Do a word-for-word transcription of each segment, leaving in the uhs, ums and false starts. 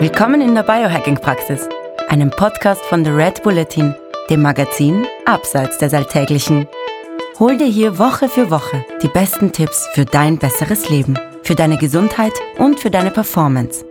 Willkommen in der Biohacking-Praxis, einem Podcast von The Red Bulletin, dem Magazin Abseits des Alltäglichen. Hol dir hier Woche für Woche die besten Tipps für dein besseres Leben, für deine Gesundheit und für deine Performance.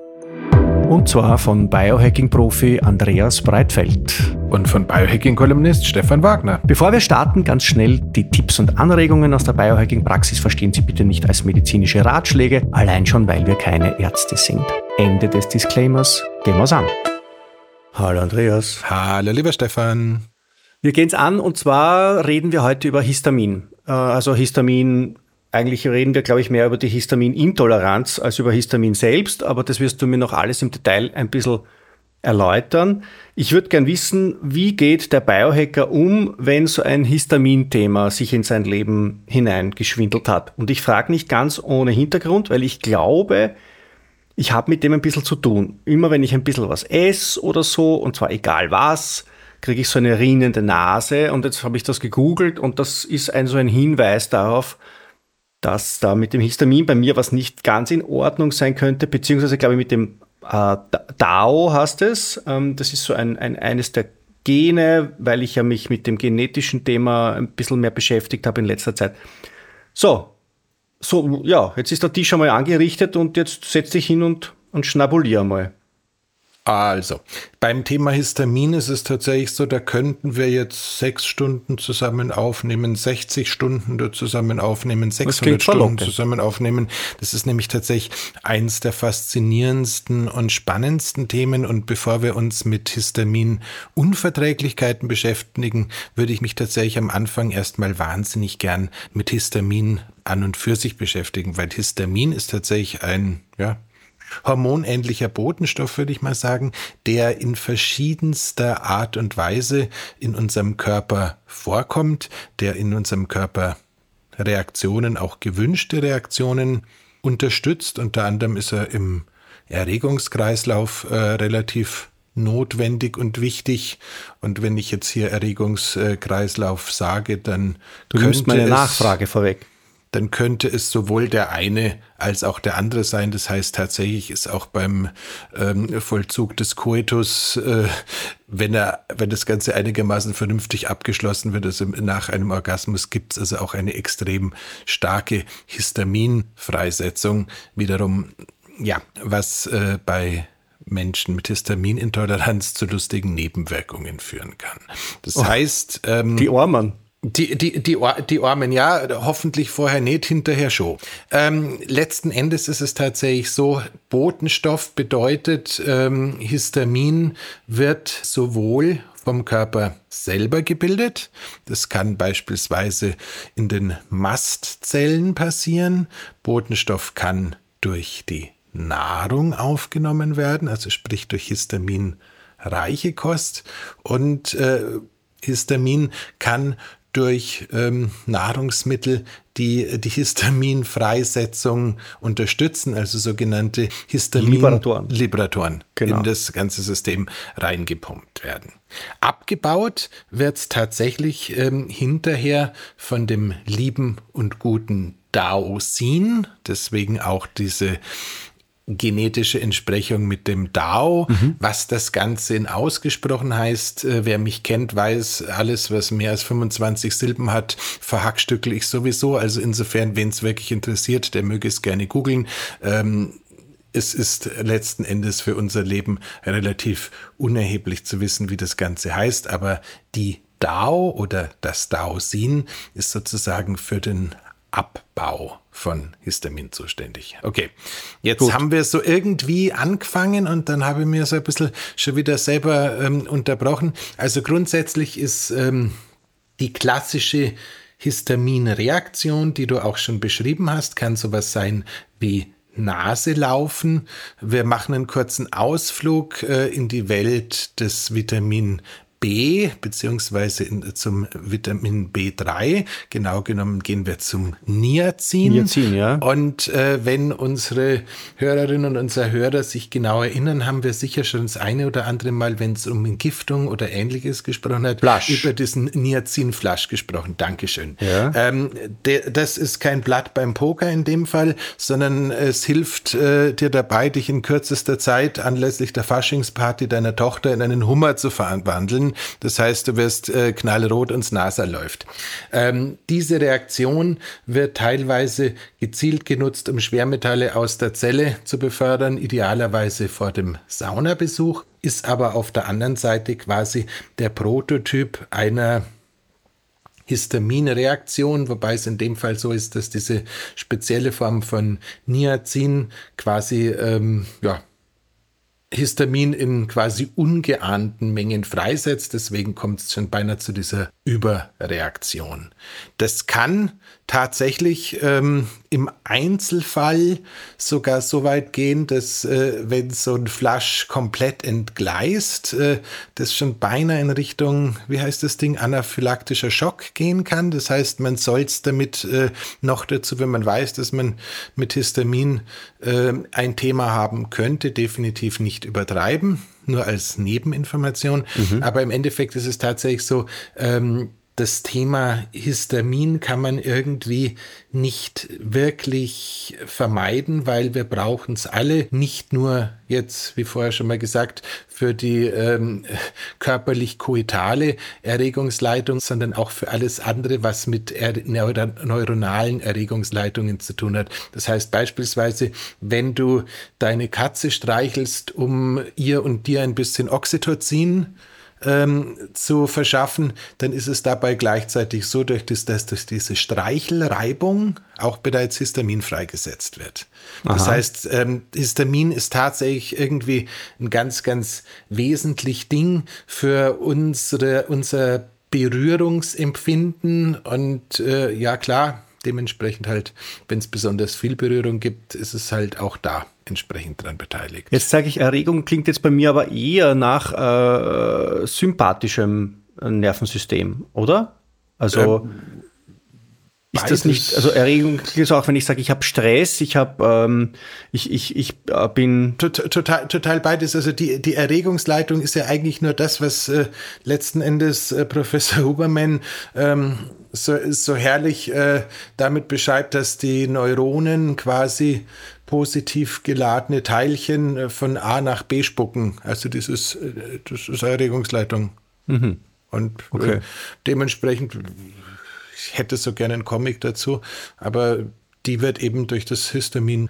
Und zwar von Biohacking-Profi Andreas Breitfeld. Und von Biohacking-Kolumnist Stefan Wagner. Bevor wir starten, ganz schnell die Tipps und Anregungen aus der Biohacking-Praxis verstehen Sie bitte nicht als medizinische Ratschläge, allein schon, weil wir keine Ärzte sind. Ende des Disclaimers, gehen wir's an. Hallo Andreas. Hallo lieber Stefan. Wir gehen's an und zwar reden wir heute über Histamin. Also Histamin, eigentlich reden wir, glaube ich, mehr über die Histaminintoleranz als über Histamin selbst, aber das wirst du mir noch alles im Detail ein bisschen erläutern. Ich würde gern wissen, wie geht der Biohacker um, wenn so ein Histamin-Thema sich in sein Leben hineingeschwindelt hat? Und ich frage nicht ganz ohne Hintergrund, weil ich glaube, ich habe mit dem ein bisschen zu tun. Immer wenn ich ein bisschen was esse oder so, und zwar egal was, kriege ich so eine rinnende Nase. Und jetzt habe ich das gegoogelt und das ist ein so ein Hinweis darauf, dass da mit dem Histamin bei mir was nicht ganz in Ordnung sein könnte, beziehungsweise glaube ich mit dem äh, D A O heißt es. Ähm, das ist so ein, ein eines der Gene, weil ich ja mich mit dem genetischen Thema ein bisschen mehr beschäftigt habe in letzter Zeit. So, so ja, jetzt ist der Tisch einmal angerichtet und jetzt setz dich hin und, und schnabulier mal. Also, beim Thema Histamin ist es tatsächlich so, da könnten wir jetzt sechs Stunden zusammen aufnehmen, sechzig Stunden zusammen aufnehmen, sechshundert Stunden zusammen aufnehmen. Das ist nämlich tatsächlich eins der faszinierendsten und spannendsten Themen. Und bevor wir uns mit Histamin-Unverträglichkeiten beschäftigen, würde ich mich tatsächlich am Anfang erstmal wahnsinnig gern mit Histamin an und für sich beschäftigen, weil Histamin ist tatsächlich ein, ja, hormonähnlicher Botenstoff, würde ich mal sagen, der in verschiedenster Art und Weise in unserem Körper vorkommt, der in unserem Körper Reaktionen, auch gewünschte Reaktionen unterstützt. Unter anderem ist er im Erregungskreislauf äh, relativ notwendig und wichtig. Und wenn ich jetzt hier Erregungskreislauf sage, dann du nimmst meine Nachfrage vorweg. Dann könnte es sowohl der eine als auch der andere sein. Das heißt, tatsächlich ist auch beim ähm, Vollzug des Koitus, äh, wenn er, wenn das Ganze einigermaßen vernünftig abgeschlossen wird, also nach einem Orgasmus, gibt es also auch eine extrem starke Histaminfreisetzung. Wiederum, ja, was äh, bei Menschen mit Histaminintoleranz zu lustigen Nebenwirkungen führen kann. Das oh, heißt, ähm, die Armen. Die, die, die, die Armen, ja, hoffentlich vorher nicht, hinterher schon. Ähm, letzten Endes ist es tatsächlich so, Botenstoff bedeutet, ähm, Histamin wird sowohl vom Körper selber gebildet. Das kann beispielsweise in den Mastzellen passieren. Botenstoff kann durch die Nahrung aufgenommen werden, also sprich durch histaminreiche Kost. Und äh, Histamin kann durch ähm, Nahrungsmittel, die die Histaminfreisetzung unterstützen, also sogenannte Histamin-Liberatoren Liberatoren genau. in das ganze System reingepumpt werden. Abgebaut wird es tatsächlich ähm, hinterher von dem lieben und guten Daosin, deswegen auch diese genetische Entsprechung mit dem D A O, mhm. was das Ganze in ausgesprochen heißt. Äh, wer mich kennt, weiß, alles, was mehr als fünfundzwanzig Silben hat, verhackstückel ich sowieso. Also insofern, wen es wirklich interessiert, der möge es gerne googeln. Ähm, es ist letzten Endes für unser Leben relativ unerheblich zu wissen, wie das Ganze heißt, aber die D A O oder das Daosin ist sozusagen für den Abbau von Histamin zuständig. Okay, jetzt Gut. haben wir so irgendwie angefangen und dann habe ich mir so ein bisschen schon wieder selber ähm, unterbrochen. Also grundsätzlich ist ähm, die klassische Histaminreaktion, die du auch schon beschrieben hast, kann sowas sein wie Nase laufen. Wir machen einen kurzen Ausflug äh, in die Welt des Vitamin B beziehungsweise in, zum Vitamin B drei. Genau genommen gehen wir zum Niacin. Niacin, ja. Und äh, wenn unsere Hörerinnen und unser Hörer sich genau erinnern, haben wir sicher schon das eine oder andere Mal, wenn es um Entgiftung oder Ähnliches gesprochen hat, Flasch. über diesen Niacin-Flasch gesprochen. Dankeschön. Ja. Ähm, de, das ist kein Blatt beim Poker in dem Fall, sondern es hilft äh, dir dabei, dich in kürzester Zeit anlässlich der Faschingsparty deiner Tochter in einen Hummer zu verwandeln. Das heißt, du wirst äh, knallrot und das Nase läuft. Ähm, diese Reaktion wird teilweise gezielt genutzt, um Schwermetalle aus der Zelle zu befördern, idealerweise vor dem Saunabesuch, ist aber auf der anderen Seite quasi der Prototyp einer Histaminreaktion, wobei es in dem Fall so ist, dass diese spezielle Form von Niacin quasi ähm, ja, Histamin in quasi ungeahnten Mengen freisetzt. Deswegen kommt es schon beinahe zu dieser Überreaktion. Das kann tatsächlich ähm, im Einzelfall sogar so weit gehen, dass äh, wenn so ein Flasch komplett entgleist, äh, das schon beinahe in Richtung, wie heißt das Ding, anaphylaktischer Schock gehen kann. Das heißt, man soll es damit äh, noch dazu, wenn man weiß, dass man mit Histamin äh, ein Thema haben könnte, definitiv nicht übertreiben, nur als Nebeninformation. Mhm. Aber im Endeffekt ist es tatsächlich so, ähm, das Thema Histamin kann man irgendwie nicht wirklich vermeiden, weil wir brauchen es alle, nicht nur jetzt, wie vorher schon mal gesagt, für die ähm, körperlich-koitale Erregungsleitung, sondern auch für alles andere, was mit er- neuro- neuronalen Erregungsleitungen zu tun hat. Das heißt beispielsweise, wenn du deine Katze streichelst, um ihr und dir ein bisschen Oxytocin Ähm, zu verschaffen, dann ist es dabei gleichzeitig so, durch das, dass durch diese Streichelreibung auch bereits Histamin freigesetzt wird. Aha. Das heißt, ähm, Histamin ist tatsächlich irgendwie ein ganz, ganz wesentlich Ding für unsere, unser Berührungsempfinden und äh, ja klar, dementsprechend halt, wenn es besonders viel Berührung gibt, ist es halt auch da entsprechend dran beteiligt. Jetzt sage ich, Erregung klingt jetzt bei mir aber eher nach äh, sympathischem Nervensystem, oder? Also ähm, ist das nicht, also Erregung klingt so auch, wenn ich sage, ich habe Stress, ich habe, ähm, ich, ich, ich äh, bin... Total, total beides. Also die, die Erregungsleitung ist ja eigentlich nur das, was äh, letzten Endes äh, Professor Huberman ähm, so, so herrlich äh, damit beschreibt, dass die Neuronen quasi positiv geladene Teilchen von A nach B spucken. Also dieses, das ist Erregungsleitung. Mhm. Und okay. äh, dementsprechend, ich hätte so gerne einen Comic dazu, aber die wird eben durch das Histamin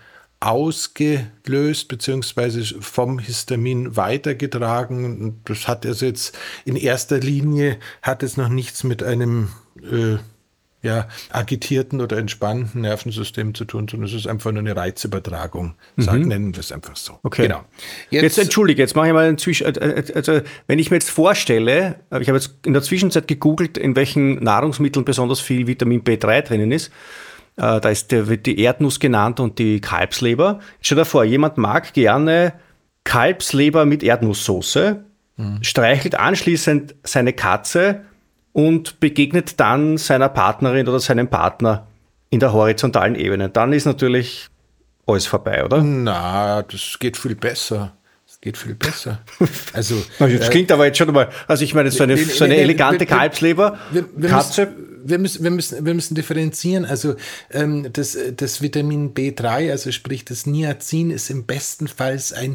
ausgelöst, beziehungsweise vom Histamin weitergetragen. Und das hat also jetzt in erster Linie, hat es noch nichts mit einem äh, ja, agitierten oder entspannten Nervensystem zu tun, sondern es ist einfach nur eine Reizübertragung. Mhm. Sagen, nennen wir es einfach so. Okay. Genau. Jetzt, jetzt entschuldige, jetzt mache ich mal einen Zwischen... Also, wenn ich mir jetzt vorstelle, ich habe jetzt in der Zwischenzeit gegoogelt, in welchen Nahrungsmitteln besonders viel Vitamin B drei drinnen ist. Da ist der, wird die Erdnuss genannt und die Kalbsleber. Stell dir vor, jemand mag gerne Kalbsleber mit Erdnusssoße, mhm. streichelt anschließend seine Katze und begegnet dann seiner Partnerin oder seinem Partner in der horizontalen Ebene. Dann ist natürlich alles vorbei, oder? Na, das geht viel besser. Das geht viel besser. Also, das äh, klingt aber jetzt schon mal, also ich meine, so eine, nee, nee, so eine nee, elegante wir, Kalbsleber, wir, wir Katze... Müssen, Wir müssen, wir, müssen, wir müssen differenzieren. Also ähm, das, das Vitamin B drei, also sprich das Niacin, ist im besten Fall ein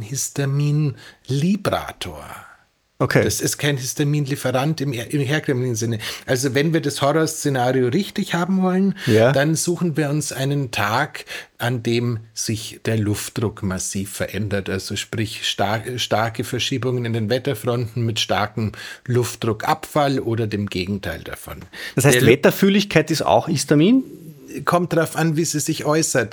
Histamin-Librator. Okay. Das ist kein Histaminlieferant im, im herkömmlichen Sinne. Also wenn wir das Horrorszenario richtig haben wollen, ja. dann suchen wir uns einen Tag, an dem sich der Luftdruck massiv verändert. Also sprich star- starke Verschiebungen in den Wetterfronten mit starkem Luftdruckabfall oder dem Gegenteil davon. Das heißt, der Wetterfühligkeit ist auch Histamin? Kommt darauf an, wie sie sich äußert.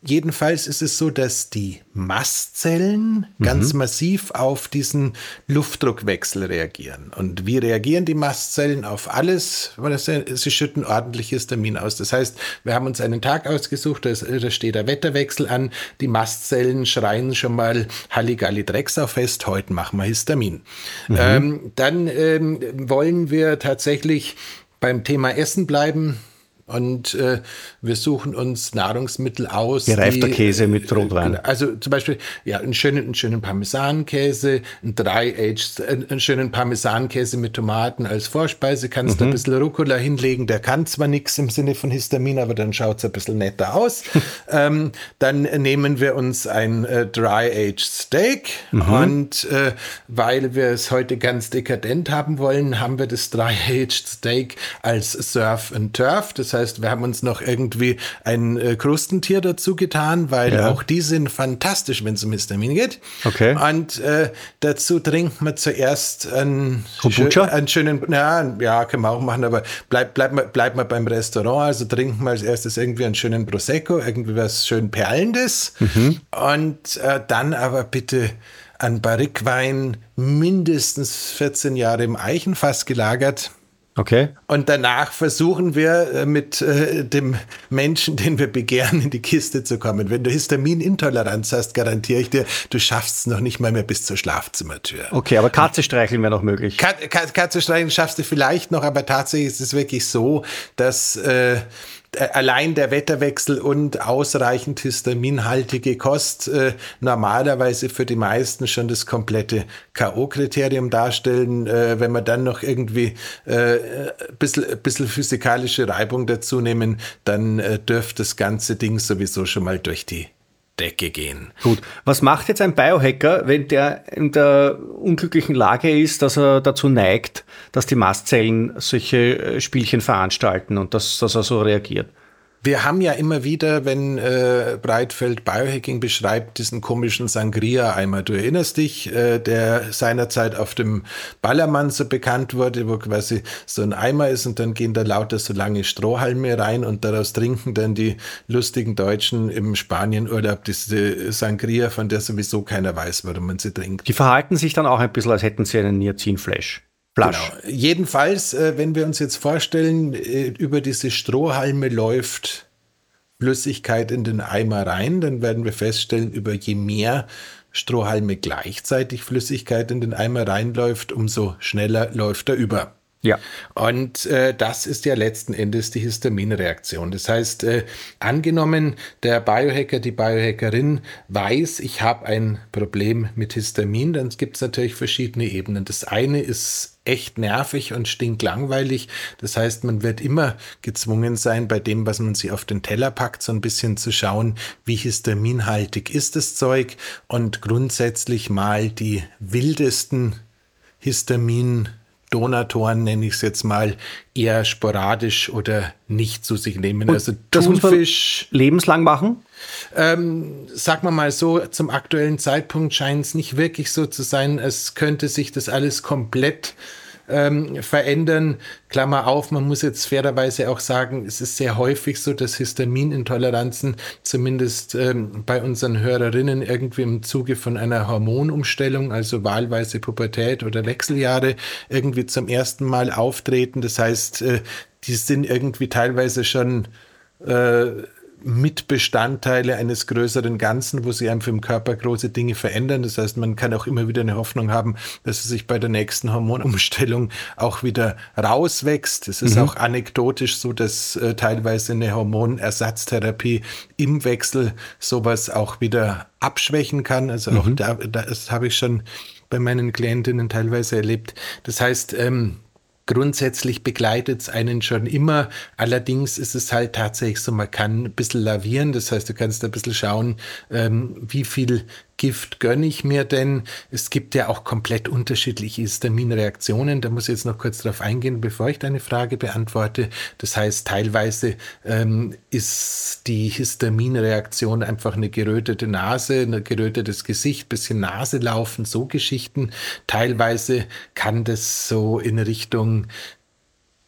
Jedenfalls ist es so, dass die Mastzellen mhm. ganz massiv auf diesen Luftdruckwechsel reagieren. Und wie reagieren die Mastzellen auf alles? Sie schütten ordentlich Histamin aus. Das heißt, wir haben uns einen Tag ausgesucht, da steht der Wetterwechsel an. Die Mastzellen schreien schon mal Halligalli Drecksau fest, heute machen wir Histamin. Mhm. Ähm, dann ähm, wollen wir tatsächlich beim Thema Essen bleiben. Und äh, wir suchen uns Nahrungsmittel aus. Gereifter die, Käse mit Rotwein. Also zum Beispiel ja, einen schönen, einen schönen Parmesankäse, einen Dry-Aged, einen, einen schönen Parmesankäse mit Tomaten als Vorspeise. Kannst du mhm. ein bisschen Rucola hinlegen. Der kann zwar nichts im Sinne von Histamin, aber dann schaut es ein bisschen netter aus. ähm, dann nehmen wir uns ein äh, Dry-Aged Steak. Mhm. Und äh, weil wir es heute ganz dekadent haben wollen, haben wir das Dry-Aged Steak als Surf and Turf. Das heißt, Das heißt, wir haben uns noch irgendwie ein äh, Krustentier dazu getan, weil ja. auch die sind fantastisch, wenn es um Histamin geht. Okay. Und äh, dazu trinkt man zuerst einen, Kombucha? schö- einen schönen, na, ja, können wir auch machen, aber bleibt bleib mal, bleib mal beim Restaurant, also trinken wir als erstes irgendwie einen schönen Prosecco, irgendwie was schön Perlendes. Mhm. Und äh, dann aber bitte ein Barrique-Wein, mindestens vierzehn Jahre im Eichenfass gelagert. Okay. Und danach versuchen wir mit äh, dem Menschen, den wir begehren, in die Kiste zu kommen. Wenn du Histaminintoleranz hast, garantiere ich dir, du schaffst es noch nicht mal mehr bis zur Schlafzimmertür. Okay, aber Katze streicheln wäre noch möglich. Kat- Kat- Katze streicheln schaffst du vielleicht noch, aber tatsächlich ist es wirklich so, dass äh, allein der Wetterwechsel und ausreichend histaminhaltige Kost äh, normalerweise für die meisten schon das komplette K O-Kriterium darstellen. Äh, wenn wir dann noch irgendwie äh, ein bisschen, ein bisschen physikalische Reibung dazu nehmen, dann äh, dürfte das ganze Ding sowieso schon mal durch die Decke gehen. Gut. Was macht jetzt ein Biohacker, wenn der in der unglücklichen Lage ist, dass er dazu neigt, dass die Mastzellen solche Spielchen veranstalten und dass, dass er so reagiert? Wir haben ja immer wieder, wenn äh, Breitfeld Biohacking beschreibt, diesen komischen Sangria-Eimer. Du erinnerst dich, äh, der seinerzeit auf dem Ballermann so bekannt wurde, wo quasi so ein Eimer ist und dann gehen da lauter so lange Strohhalme rein und daraus trinken dann die lustigen Deutschen im Spanienurlaub diese Sangria, von der sowieso keiner weiß, warum man sie trinkt. Die verhalten sich dann auch ein bisschen, als hätten sie einen Niacinflash. Genau. Jedenfalls, äh, wenn wir uns jetzt vorstellen, äh, über diese Strohhalme läuft Flüssigkeit in den Eimer rein, dann werden wir feststellen, über je mehr Strohhalme gleichzeitig Flüssigkeit in den Eimer reinläuft, umso schneller läuft er über. Ja. Und äh, das ist ja letzten Endes die Histaminreaktion. Das heißt, äh, angenommen, der Biohacker, die Biohackerin weiß, ich habe ein Problem mit Histamin, dann gibt es natürlich verschiedene Ebenen. Das eine ist echt nervig und stinklangweilig. Das heißt, man wird immer gezwungen sein, bei dem, was man sich auf den Teller packt, so ein bisschen zu schauen, wie histaminhaltig ist das Zeug und grundsätzlich mal die wildesten Histamin Donatoren, nenne ich es jetzt mal, eher sporadisch oder nicht zu sich nehmen. Und also das Thunfisch, muss man lebenslang machen? Ähm, sagen wir mal so, zum aktuellen Zeitpunkt scheint es nicht wirklich so zu sein. Es könnte sich das alles komplett ähm, verändern. Klammer auf, man muss jetzt fairerweise auch sagen, es ist sehr häufig so, dass Histaminintoleranzen zumindest ähm, bei unseren Hörerinnen irgendwie im Zuge von einer Hormonumstellung, also wahlweise Pubertät oder Wechseljahre, irgendwie zum ersten Mal auftreten. Das heißt, äh, die sind irgendwie teilweise schon äh, Mitbestandteile eines größeren Ganzen, wo sich einfach im Körper große Dinge verändern. Das heißt, man kann auch immer wieder eine Hoffnung haben, dass es sich bei der nächsten Hormonumstellung auch wieder rauswächst. Es ist mhm. auch anekdotisch so, dass äh, teilweise eine Hormonersatztherapie im Wechsel sowas auch wieder abschwächen kann. Also mhm. auch da, das habe ich schon bei meinen Klientinnen teilweise erlebt. Das heißt, ähm, grundsätzlich begleitet es einen schon immer. Allerdings ist es halt tatsächlich so, man kann ein bisschen lavieren. Das heißt, du kannst ein bisschen schauen, ähm, wie viel Gift gönne ich mir denn? Es gibt ja auch komplett unterschiedliche Histaminreaktionen. Da muss ich jetzt noch kurz drauf eingehen, bevor ich deine Frage beantworte. Das heißt, teilweise ähm, ist die Histaminreaktion einfach eine gerötete Nase, ein gerötetes Gesicht, bisschen Nase laufen, so Geschichten. Teilweise kann das so in Richtung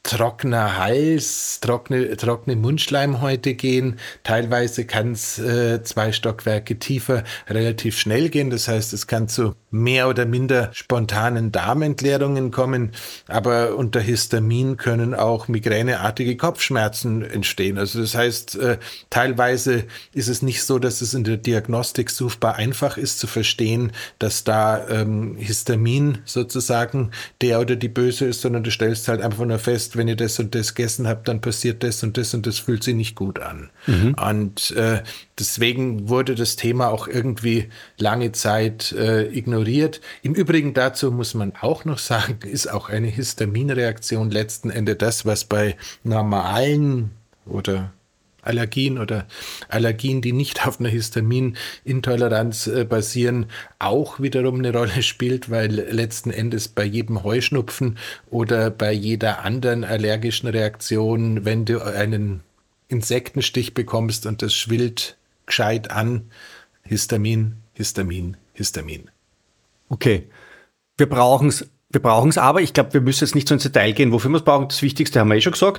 trockener Hals, trockene, trockene Mundschleimhäute gehen. Teilweise kann es äh, zwei Stockwerke tiefer relativ schnell gehen. Das heißt, es kann zu mehr oder minder spontanen Darmentleerungen kommen. Aber unter Histamin können auch migräneartige Kopfschmerzen entstehen. Also das heißt, äh, teilweise ist es nicht so, dass es in der Diagnostik super einfach ist zu verstehen, dass da ähm, Histamin sozusagen der oder die Böse ist, sondern du stellst halt einfach nur fest, wenn ihr das und das gegessen habt, dann passiert das und das und das fühlt sich nicht gut an. Mhm. Und äh, deswegen wurde das Thema auch irgendwie lange Zeit äh, ignoriert. Im Übrigen dazu muss man auch noch sagen, ist auch eine Histaminreaktion letzten Endes das, was bei normalen oder Allergien oder Allergien, die nicht auf einer Histaminintoleranz äh, basieren, auch wiederum eine Rolle spielt, weil letzten Endes bei jedem Heuschnupfen oder bei jeder anderen allergischen Reaktion, wenn du einen Insektenstich bekommst und das schwillt gescheit an, Histamin, Histamin, Histamin. Okay, wir brauchen es wir brauchen's aber, ich glaube, wir müssen jetzt nicht so ins Detail gehen, wofür wir es brauchen, das Wichtigste haben wir eh schon gesagt.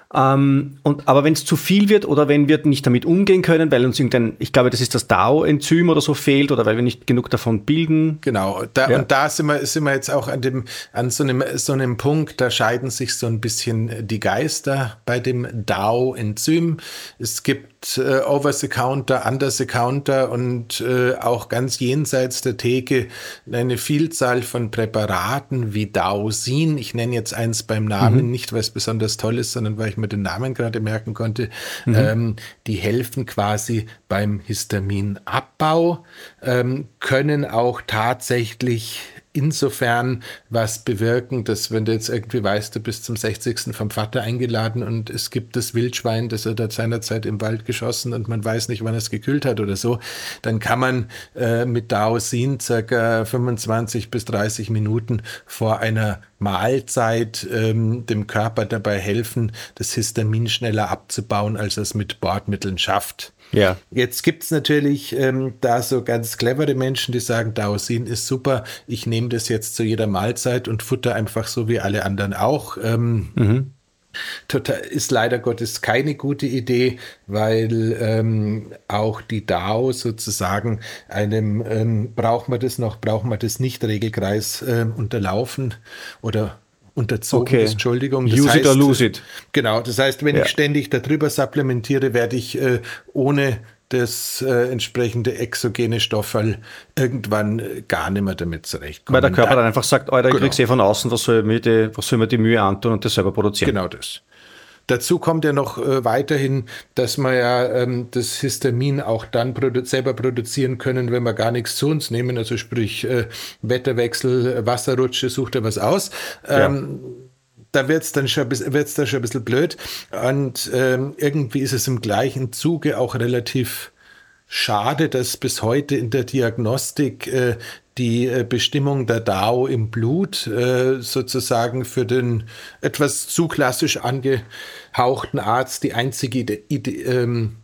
Ähm, und, aber wenn es zu viel wird oder wenn wir nicht damit umgehen können, weil uns irgendein, ich glaube, das ist das D A O-Enzym oder so fehlt oder weil wir nicht genug davon bilden. Genau, da, ja. Und da sind wir, sind wir jetzt auch an dem, an so einem, so einem Punkt, da scheiden sich so ein bisschen die Geister bei dem D A O-Enzym. Es gibt äh, Over-the-Counter, Under-the-Counter und äh, auch ganz jenseits der Theke eine Vielzahl von Präparaten wie Daosin. Ich nenne jetzt eins beim Namen, mhm. nicht weil es besonders toll ist, sondern weil ich mir den Namen gerade merken konnte. Mhm. Ähm, die helfen quasi beim Histaminabbau, ähm, können auch tatsächlich insofern was bewirken, dass wenn du jetzt irgendwie weißt, du bist zum sechzigsten vom Vater eingeladen und es gibt das Wildschwein, das er da seinerzeit im Wald geschossen und man weiß nicht, wann er es gekühlt hat oder so, dann kann man äh, mit Daosin circa fünfundzwanzig bis dreißig Minuten vor einer Mahlzeit ähm, dem Körper dabei helfen, das Histamin schneller abzubauen, als es mit Bordmitteln schafft. Ja. Jetzt gibt es natürlich ähm, da so ganz clevere Menschen, die sagen, Daosin ist super, ich nehme das jetzt zu jeder Mahlzeit und futter einfach so wie alle anderen auch. Ähm, mhm. Total, ist leider Gottes keine gute Idee, weil ähm, auch die D A O sozusagen einem, ähm, braucht man das noch, braucht man das nicht Regelkreis ähm, unterlaufen oder unterzogen okay. ist, Entschuldigung. Das Use heißt, it or lose it. Genau, das heißt, wenn ja. ich ständig darüber supplementiere, werde ich äh, ohne das äh, entsprechende exogene Stofferl irgendwann äh, gar nicht mehr damit zurechtkommen. Weil der Körper da, dann einfach sagt, Alter, genau. ich krieg's eh von außen, was soll, mir die, was soll mir die Mühe antun und das selber produzieren. Genau das. Dazu kommt ja noch äh, weiterhin, dass wir ja ähm, das Histamin auch dann produ- selber produzieren können, wenn wir gar nichts zu uns nehmen, also sprich äh, Wetterwechsel, Wasserrutsche, sucht er was aus. Ähm, ja. Da wird's dann schon, wird's dann schon ein bisschen blöd und ähm, irgendwie ist es im gleichen Zuge auch relativ schade, dass bis heute in der Diagnostik äh, die äh, Bestimmung der D A O im Blut äh, sozusagen für den etwas zu klassisch angehauchten Arzt die einzige Ide- Ide- ähm,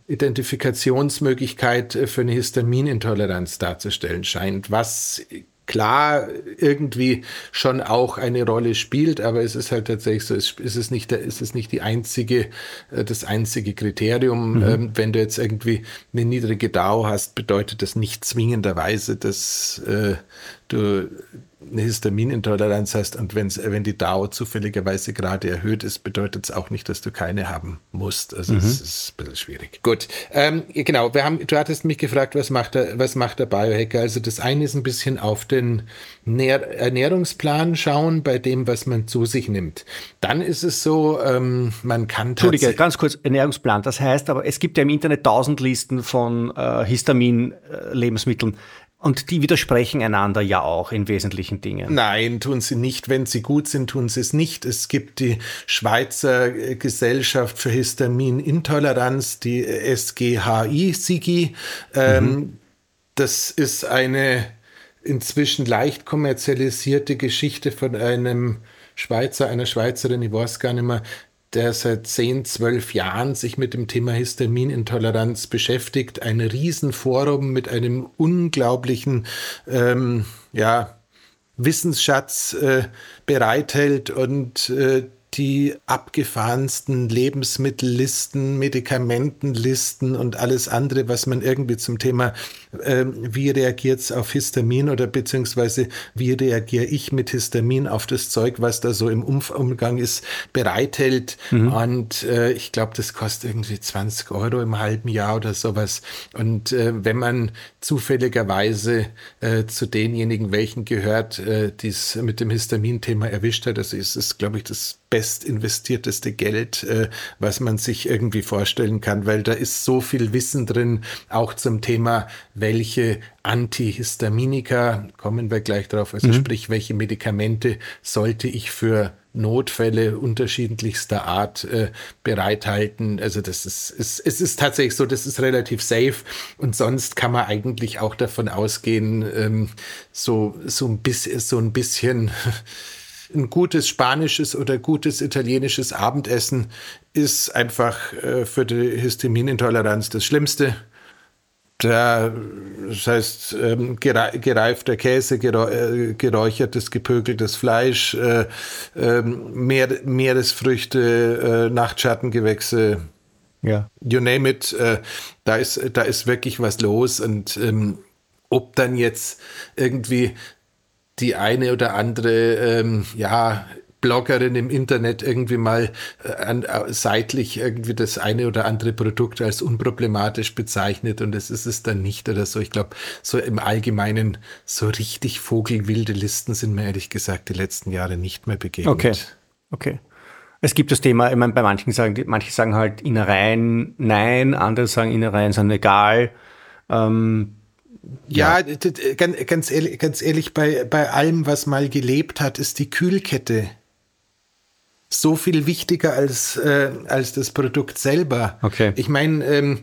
Identifikationsmöglichkeit für eine Histaminintoleranz darzustellen scheint, was klar irgendwie schon auch eine Rolle spielt, aber es ist halt tatsächlich so, es ist nicht, es ist nicht die einzige, das einzige Kriterium. Mhm. Ähm, wenn du jetzt irgendwie eine niedrige D A O hast, bedeutet das nicht zwingenderweise, dass äh, du eine Histaminintoleranz hast und wenn's, wenn die D A O zufälligerweise gerade erhöht ist, bedeutet es auch nicht, dass du keine haben musst. Also es mhm. ist ein bisschen schwierig. Gut, ähm, genau, wir haben, du hattest mich gefragt, was macht der, was macht der Biohacker? Also das eine ist ein bisschen auf den Nähr- Ernährungsplan schauen, bei dem, was man zu sich nimmt. Dann ist es so, ähm, man kann Entschuldige, ganz kurz, Ernährungsplan. Das heißt aber, es gibt ja im Internet tausend Listen von äh, Histamin-Lebensmitteln. Und die widersprechen einander ja auch in wesentlichen Dingen. Nein, tun sie nicht. Wenn sie gut sind, tun sie es nicht. Es gibt die Schweizer Gesellschaft für Histaminintoleranz, die S G H I, S I G I. Ähm, mhm. Das ist eine inzwischen leicht kommerzialisierte Geschichte von einem Schweizer, einer Schweizerin, ich weiß gar nicht mehr, der seit zehn, zwölf Jahren sich mit dem Thema Histaminintoleranz beschäftigt. Ein Riesenforum mit einem unglaublichen ähm, ja, Wissensschatz äh, bereithält und äh, die abgefahrensten Lebensmittellisten, Medikamentenlisten und alles andere, was man irgendwie zum Thema, äh, wie reagiert es auf Histamin oder beziehungsweise wie reagiere ich mit Histamin auf das Zeug, was da so im Umf- Umgang ist, bereithält. Mhm. Und äh, ich glaube, das kostet irgendwie zwanzig Euro im halben Jahr oder sowas. Und äh, wenn man zufälligerweise äh, zu denjenigen, welchen gehört, äh, die es mit dem Histamin-Thema erwischt hat, also ist es, glaube ich, das best investierteste Geld, äh, was man sich irgendwie vorstellen kann, weil da ist so viel Wissen drin, auch zum Thema, welche Antihistaminika, kommen wir gleich drauf, also mhm. sprich, welche Medikamente sollte ich für Notfälle unterschiedlichster Art äh, bereithalten. Also das ist, ist, es ist tatsächlich so, das ist relativ safe und sonst kann man eigentlich auch davon ausgehen, ähm, so, so ein bisschen, so ein bisschen ein gutes spanisches oder gutes italienisches Abendessen ist einfach äh, für die Histaminintoleranz das Schlimmste. Da, das heißt, ähm, gereifter Käse, geräuchertes, gepökeltes Fleisch, äh, äh, Meer, Meeresfrüchte, äh, Nachtschattengewächse, ja. You name it. Äh, da ist, da ist wirklich was los. Und ähm, ob dann jetzt irgendwie die eine oder andere, ähm, ja, Bloggerin im Internet irgendwie mal äh, an, äh, seitlich irgendwie das eine oder andere Produkt als unproblematisch bezeichnet und das ist es dann nicht oder so. Ich glaube, so im Allgemeinen so richtig vogelwilde Listen sind mir ehrlich gesagt die letzten Jahre nicht mehr begegnet. Okay, okay. Es gibt das Thema, ich meine, bei manchen sagen, manche sagen halt Innereien nein, andere sagen Innereien sind egal. Ähm, Ja, ja. Ganz, ganz ehrlich, ganz ehrlich bei, bei allem, was mal gelebt hat, ist die Kühlkette so viel wichtiger als, äh, als das Produkt selber. Okay. Ich meine, ähm,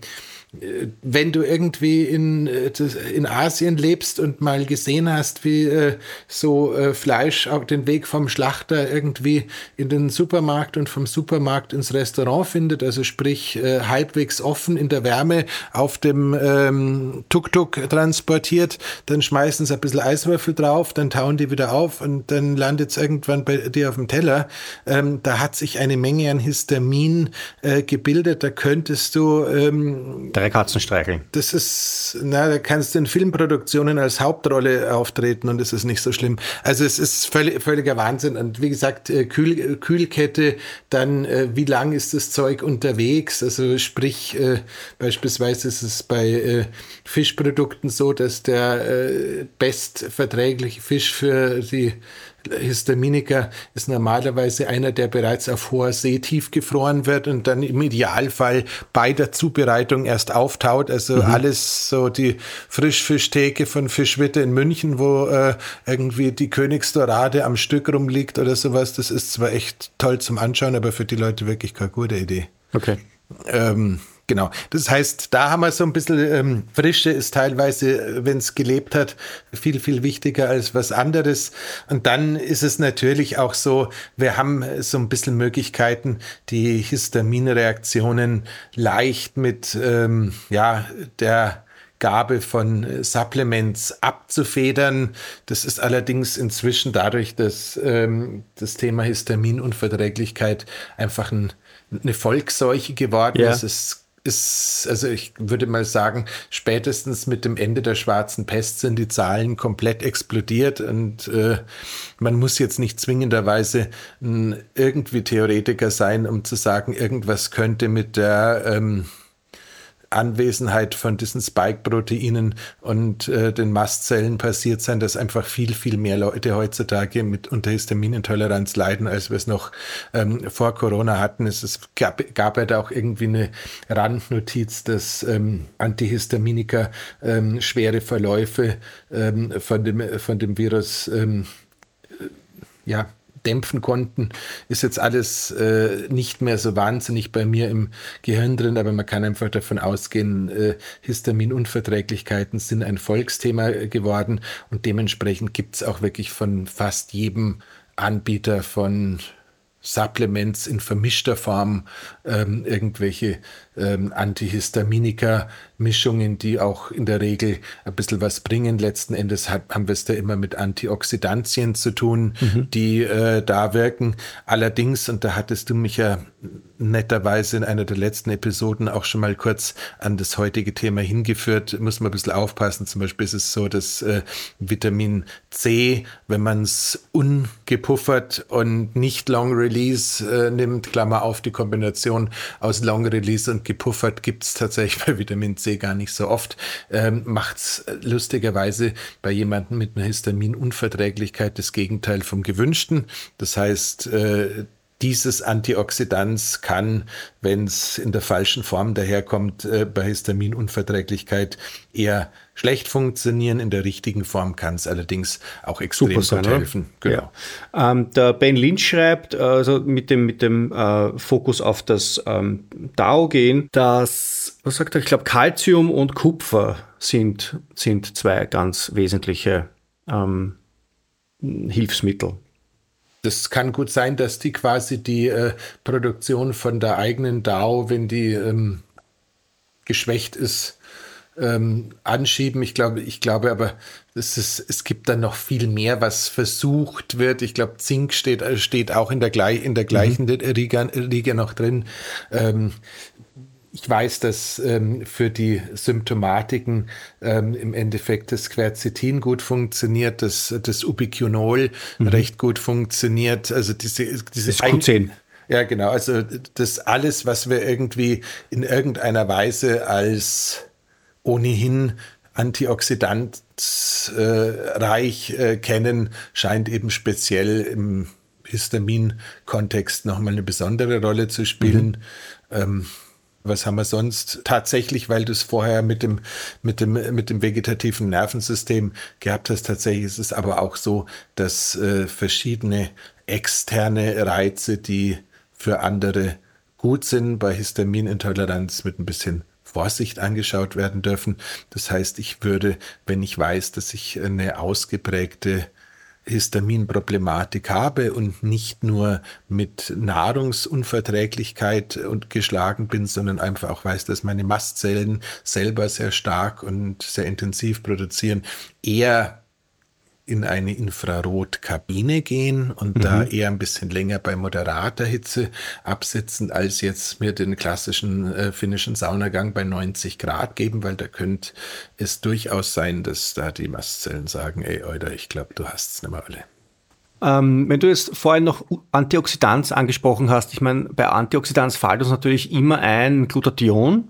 wenn du irgendwie in, in Asien lebst und mal gesehen hast, wie äh, so äh, Fleisch auf den Weg vom Schlachter irgendwie in den Supermarkt und vom Supermarkt ins Restaurant findet, also sprich äh, halbwegs offen in der Wärme auf dem ähm, Tuk-Tuk transportiert, dann schmeißen sie ein bisschen Eiswürfel drauf, dann tauen die wieder auf und dann landet es irgendwann bei dir auf dem Teller. Ähm, da hat sich eine Menge an Histamin äh, gebildet, da könntest du ähm, Drei Katzen streicheln. Das ist, na, da kannst du in Filmproduktionen als Hauptrolle auftreten und es ist nicht so schlimm. Also es ist völlig, völliger Wahnsinn. Und wie gesagt, Kühl, Kühlkette, dann äh, wie lang ist das Zeug unterwegs? Also sprich, äh, beispielsweise ist es bei äh, Fischprodukten so, dass der äh, bestverträgliche Fisch für die Histaminika ist normalerweise einer, der bereits auf hoher See tiefgefroren wird und dann im Idealfall bei der Zubereitung erst auftaut. Also mhm. alles so die Frischfischtheke von Fischwitte in München, wo äh, irgendwie die Königsdorade am Stück rumliegt oder sowas. Das ist zwar echt toll zum Anschauen, aber für die Leute wirklich keine gute Idee. Okay. Ähm, Genau. Das heißt, da haben wir so ein bisschen ähm, Frische ist teilweise, wenn es gelebt hat, viel, viel wichtiger als was anderes. Und dann ist es natürlich auch so, wir haben so ein bisschen Möglichkeiten, die Histaminreaktionen leicht mit ähm, ja, der Gabe von Supplements abzufedern. Das ist allerdings inzwischen dadurch, dass ähm, das Thema Histaminunverträglichkeit einfach ein, eine Volksseuche geworden ja. ist. Es ist, also ich würde mal sagen, spätestens mit dem Ende der schwarzen Pest sind die Zahlen komplett explodiert und äh, man muss jetzt nicht zwingenderweise ein irgendwie Theoretiker sein, um zu sagen, irgendwas könnte mit der ähm, Anwesenheit von diesen Spike-Proteinen und äh, den Mastzellen passiert sein, dass einfach viel, viel mehr Leute heutzutage mit unter Histaminintoleranz leiden, als wir es noch ähm, vor Corona hatten. Es ist, gab, gab ja da auch irgendwie eine Randnotiz, dass ähm, Antihistaminika ähm, schwere Verläufe ähm, von dem, von dem Virus ähm, ja, dämpfen konnten, ist jetzt alles äh, nicht mehr so wahnsinnig bei mir im Gehirn drin, aber man kann einfach davon ausgehen, äh, Histaminunverträglichkeiten sind ein Volksthema geworden und dementsprechend gibt es auch wirklich von fast jedem Anbieter von Supplements in vermischter Form ähm, irgendwelche ähm, Antihistaminika-Mischungen, die auch in der Regel ein bisschen was bringen. Letzten Endes hat, haben wir es da immer mit Antioxidantien zu tun, mhm. die äh, da wirken. Allerdings, und da hattest du mich ja netterweise in einer der letzten Episoden auch schon mal kurz an das heutige Thema hingeführt, muss man ein bisschen aufpassen. Zum Beispiel ist es so, dass äh, Vitamin C, wenn man es ungepuffert und nicht Long Release äh, nimmt, Klammer auf, die Kombination aus Long Release und gepuffert gibt es tatsächlich bei Vitamin C gar nicht so oft, ähm, macht es lustigerweise bei jemandem mit einer Histaminunverträglichkeit das Gegenteil vom Gewünschten. Das heißt, äh, dieses Antioxidans kann, wenn es in der falschen Form daherkommt, äh, bei Histaminunverträglichkeit eher schlecht funktionieren. In der richtigen Form kann es allerdings auch extrem gut sein, helfen. Genau. Ja. Ähm, der Ben Lynch schreibt, also mit dem, mit dem äh, Fokus auf das ähm, DAO-Gen, dass, was sagt er, ich glaube, Calcium und Kupfer sind, sind zwei ganz wesentliche ähm, Hilfsmittel. Das kann gut sein, dass die quasi die äh, Produktion von der eigenen DAO, wenn die ähm, geschwächt ist, ähm, anschieben. Ich glaube, ich glaube aber, es, ist, es gibt dann noch viel mehr, was versucht wird. Ich glaube, Zink steht, steht auch in der, in der gleichen mhm. Riege, Riege noch drin. Ähm, Ich weiß, dass ähm, für die Symptomatiken ähm, im Endeffekt das Quercetin gut funktioniert, dass das Ubiquinol mhm. recht gut funktioniert. Also diese, diese das Q zehn. Ja, genau. Also das alles, was wir irgendwie in irgendeiner Weise als ohnehin antioxidantreich äh, kennen, scheint eben speziell im Histamin-Kontext nochmal eine besondere Rolle zu spielen. Mhm. Ähm, Was haben wir sonst? Tatsächlich, weil du es vorher mit dem, mit dem, mit dem vegetativen Nervensystem gehabt hast, tatsächlich ist es aber auch so, dass äh, verschiedene externe Reize, die für andere gut sind, bei Histaminintoleranz mit ein bisschen Vorsicht angeschaut werden dürfen. Das heißt, ich würde, wenn ich weiß, dass ich eine ausgeprägte Histaminproblematik habe und nicht nur mit Nahrungsunverträglichkeit und geschlagen bin, sondern einfach auch weiß, dass meine Mastzellen selber sehr stark und sehr intensiv produzieren, eher in eine Infrarotkabine gehen und mhm. da eher ein bisschen länger bei moderater Hitze absitzen, als jetzt mir den klassischen äh, finnischen Saunagang bei neunzig Grad geben, weil da könnte es durchaus sein, dass da die Mastzellen sagen, ey, Alter, ich glaube, du hast es nicht mehr alle. Ähm, wenn du jetzt vorhin noch Antioxidants angesprochen hast, ich meine, bei Antioxidants fällt uns natürlich immer ein Glutathion.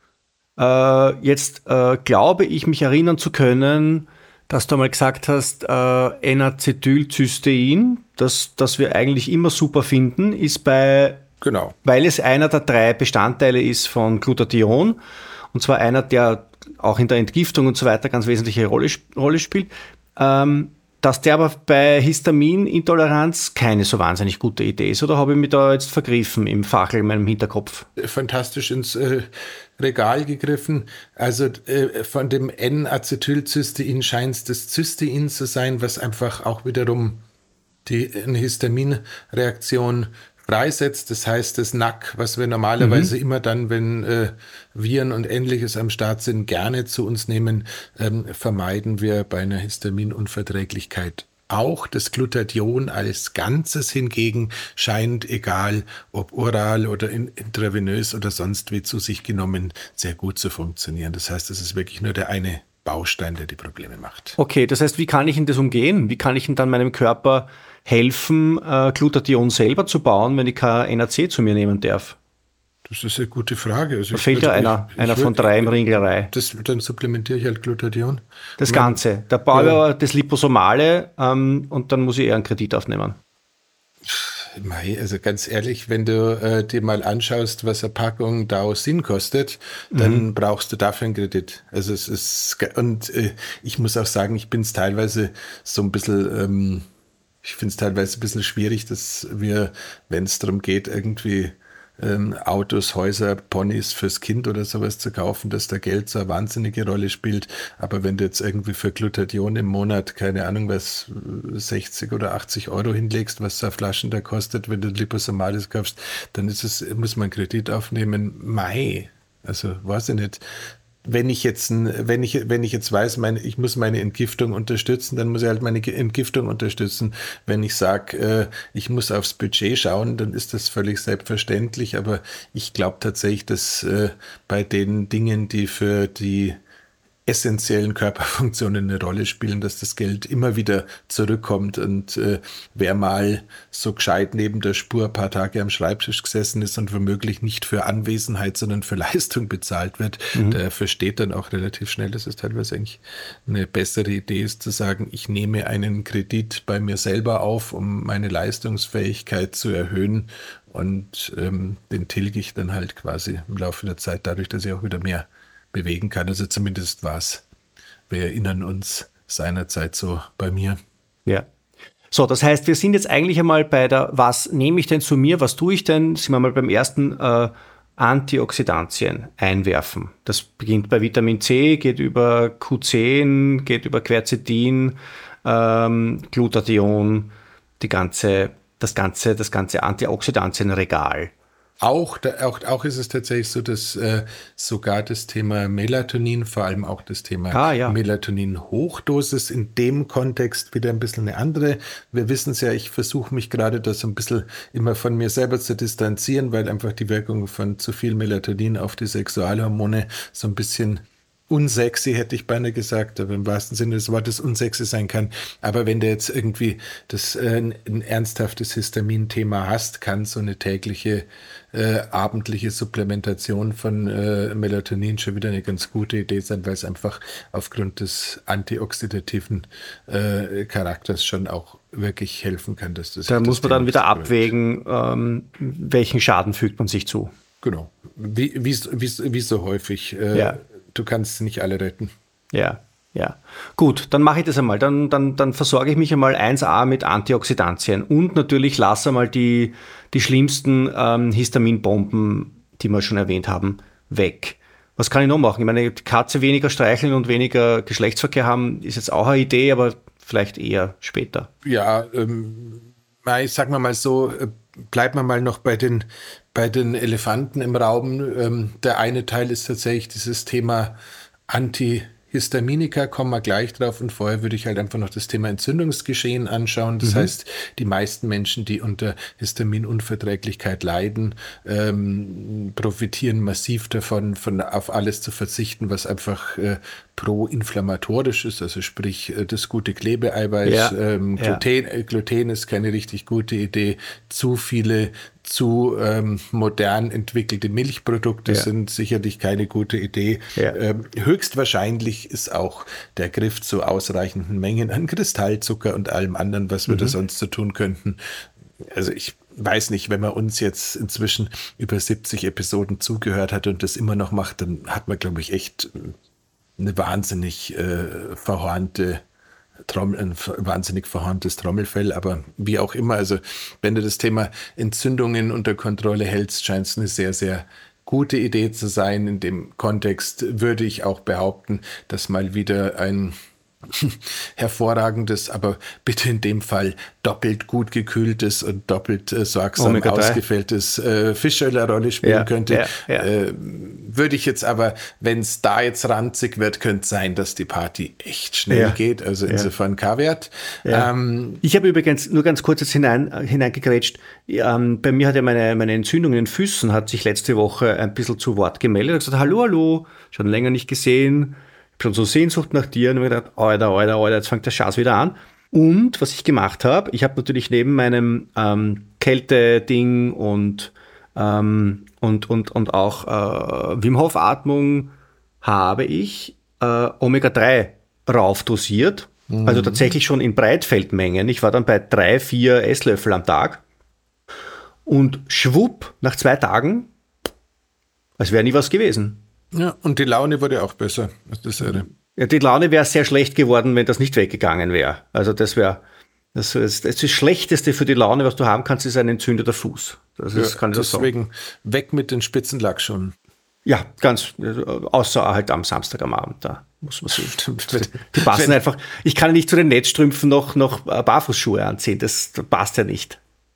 Äh, jetzt äh, glaube ich, mich erinnern zu können, dass du einmal gesagt hast, äh, N-Acetylcystein, das, das wir eigentlich immer super finden, ist bei, genau. weil es einer der drei Bestandteile ist von Glutathion, und zwar einer, der auch in der Entgiftung und so weiter ganz wesentliche Rolle, Rolle spielt, ähm, dass der aber bei Histaminintoleranz keine so wahnsinnig gute Idee ist, oder habe ich mich da jetzt vergriffen im Fackel in meinem Hinterkopf? Fantastisch ins äh, Regal gegriffen. Also äh, von dem N-Acetylcystein scheint es das Cystein zu sein, was einfach auch wiederum die eine Histaminreaktion freisetzt. Das heißt, das N A C, was wir normalerweise mhm. immer dann, wenn äh, Viren und Ähnliches am Start sind, gerne zu uns nehmen, ähm, vermeiden wir bei einer Histaminunverträglichkeit auch. Das Glutathion als Ganzes hingegen scheint, egal ob oral oder in, intravenös oder sonst wie zu sich genommen, sehr gut zu funktionieren. Das heißt, es ist wirklich nur der eine Baustein, der die Probleme macht. Okay, das heißt, wie kann ich denn das umgehen? Wie kann ich denn dann meinem Körper helfen, äh, Glutathion selber zu bauen, wenn ich kein N A C zu mir nehmen darf? Das ist eine gute Frage. Also da fehlt ja einer, ich, einer ich von drei im Ringlerei. Das, dann supplementiere ich halt Glutathion. Das Ganze. Da baue ich aber das Liposomale ähm, und dann muss ich eher einen Kredit aufnehmen. Also ganz ehrlich, wenn du äh, dir mal anschaust, was eine Packung Daosin kostet, dann mhm. brauchst du dafür einen Kredit. Also es ist, und äh, ich muss auch sagen, ich bin es teilweise so ein bisschen, ähm, ich finde es teilweise ein bisschen schwierig, dass wir, wenn es darum geht, irgendwie ähm, Autos, Häuser, Ponys fürs Kind oder sowas zu kaufen, dass da Geld so eine wahnsinnige Rolle spielt. Aber wenn du jetzt irgendwie für Glutathion im Monat, keine Ahnung, was sechzig oder achtzig Euro hinlegst, was so Flaschen da kostet, wenn du Liposomalis kaufst, dann ist es, muss man Kredit aufnehmen. Mai. Also, weiß ich nicht. Wenn ich jetzt, wenn ich, wenn ich jetzt weiß, meine, ich muss meine Entgiftung unterstützen, dann muss ich halt meine Entgiftung unterstützen. Wenn ich sage, äh, ich muss aufs Budget schauen, dann ist das völlig selbstverständlich. Aber ich glaube tatsächlich, dass äh, bei den Dingen, die für die essentiellen Körperfunktionen eine Rolle spielen, dass das Geld immer wieder zurückkommt. Und äh, wer mal so gescheit neben der Spur ein paar Tage am Schreibtisch gesessen ist und womöglich nicht für Anwesenheit, sondern für Leistung bezahlt wird, mhm. der versteht dann auch relativ schnell, dass es teilweise eigentlich eine bessere Idee ist, zu sagen, ich nehme einen Kredit bei mir selber auf, um meine Leistungsfähigkeit zu erhöhen, und ähm, den tilge ich dann halt quasi im Laufe der Zeit dadurch, dass ich auch wieder mehr bewegen kann. Also zumindest war es. Wir erinnern uns seinerzeit so bei mir. Ja. So, das heißt, wir sind jetzt eigentlich einmal bei der, was nehme ich denn zu mir, was tue ich denn? Sind wir mal beim ersten äh, Antioxidantien einwerfen. Das beginnt bei Vitamin C, geht über Q zehn, geht über Quercetin, ähm, Glutathion, die ganze, das ganze, das ganze Antioxidantienregal. Auch, da, auch, auch ist es tatsächlich so, dass äh, sogar das Thema Melatonin, vor allem auch das Thema ah, ja. Melatonin-Hochdosis in dem Kontext wieder ein bisschen eine andere. Wir wissen es ja, ich versuche mich gerade da so ein bisschen immer von mir selber zu distanzieren, weil einfach die Wirkung von zu viel Melatonin auf die Sexualhormone so ein bisschen unsexy, hätte ich beinahe gesagt, aber im wahrsten Sinne des Wortes unsexy sein kann. Aber wenn du jetzt irgendwie das, äh, ein, ein ernsthaftes Histamin-Thema hast, kann so eine tägliche äh, abendliche Supplementation von äh, Melatonin schon wieder eine ganz gute Idee sein, weil es einfach aufgrund des antioxidativen äh, Charakters schon auch wirklich helfen kann. Dass das da muss das man dann wieder abwägen, ähm, welchen Schaden fügt man sich zu. Genau, wie, wie, wie, wie so häufig. Äh, ja. Du kannst nicht alle retten. Ja, ja. Gut, dann mache ich das einmal. Dann, dann, dann versorge ich mich einmal eins a mit Antioxidantien und natürlich lasse einmal die, die schlimmsten ähm, Histaminbomben, die wir schon erwähnt haben, weg. Was kann ich noch machen? Ich meine, die Katze weniger streicheln und weniger Geschlechtsverkehr haben, ist jetzt auch eine Idee, aber vielleicht eher später. Ja, ähm, ich sag mal so, bleibt man mal noch bei den, bei den Elefanten im Raum. Ähm, der eine Teil ist tatsächlich dieses Thema Antihistaminika, kommen wir gleich drauf. Und vorher würde ich halt einfach noch das Thema Entzündungsgeschehen anschauen. Das mhm. heißt, die meisten Menschen, die unter Histaminunverträglichkeit leiden, ähm, profitieren massiv davon, von auf alles zu verzichten, was einfach äh, pro-inflammatorisch ist, also sprich das gute Klebeeiweiß. Ja, ähm, Gluten, ja. Gluten ist keine richtig gute Idee. Zu viele zu ähm, modern entwickelte Milchprodukte ja. sind sicherlich keine gute Idee. Ja. Ähm, höchstwahrscheinlich ist auch der Griff zu ausreichenden Mengen an Kristallzucker und allem anderen, was wir mhm. da sonst so tun könnten. Also ich weiß nicht, wenn man uns jetzt inzwischen über siebzig Episoden zugehört hat und das immer noch macht, dann hat man, glaube ich, echt eine wahnsinnig äh, verhornte Trommel, ein wahnsinnig verhorntes Trommelfell, aber wie auch immer, also wenn du das Thema Entzündungen unter Kontrolle hältst, scheint es eine sehr, sehr gute Idee zu sein. In dem Kontext würde ich auch behaupten, dass mal wieder ein hervorragendes, aber bitte in dem Fall doppelt gut gekühltes und doppelt äh, sorgsam ausgefälltes äh, Fischöl eine Rolle spielen ja, könnte. Ja, ja. Äh, würde ich jetzt aber, wenn es da jetzt ranzig wird, könnte es sein, dass die Party echt schnell ja. geht. Also insofern ja. K-Wert. Ja. Ähm, ich habe übrigens nur ganz kurz jetzt hinein, hineingegrätscht. Ähm, bei mir hat ja meine, meine Entzündung in den Füßen hat sich letzte Woche ein bisschen zu Wort gemeldet. Ich habe gesagt, hallo, hallo, schon länger nicht gesehen. Schon so Sehnsucht nach dir und habe gedacht, Alter, Alter, Alter, jetzt fängt der Schatz wieder an. Und was ich gemacht habe, ich habe natürlich neben meinem ähm, Kälte-Ding und, ähm, und, und, und auch äh, Wim Hof Atmung habe ich äh, Omega drei raufdosiert. Mhm. Also tatsächlich schon in Breitfeldmengen. Ich war dann bei drei, vier Esslöffel am Tag. Und schwupp, nach zwei Tagen, als wäre nie was gewesen. Ja, und die Laune wurde auch besser. Das ist ja, die Laune wäre sehr schlecht geworden, wenn das nicht weggegangen wäre. Also das wäre Das, ist, das, das Schlechteste für die Laune, was du haben kannst, ist ein entzündeter Fuß. Das ist, ja, kann ich deswegen sagen. Weg mit den Spitzenlackschuhen. Ja, ganz, außer halt am Samstag am Abend, da muss man sehen. Die passen wenn, einfach, ich kann nicht zu den Netzstrümpfen noch, noch Barfußschuhe anziehen, das, das passt ja nicht.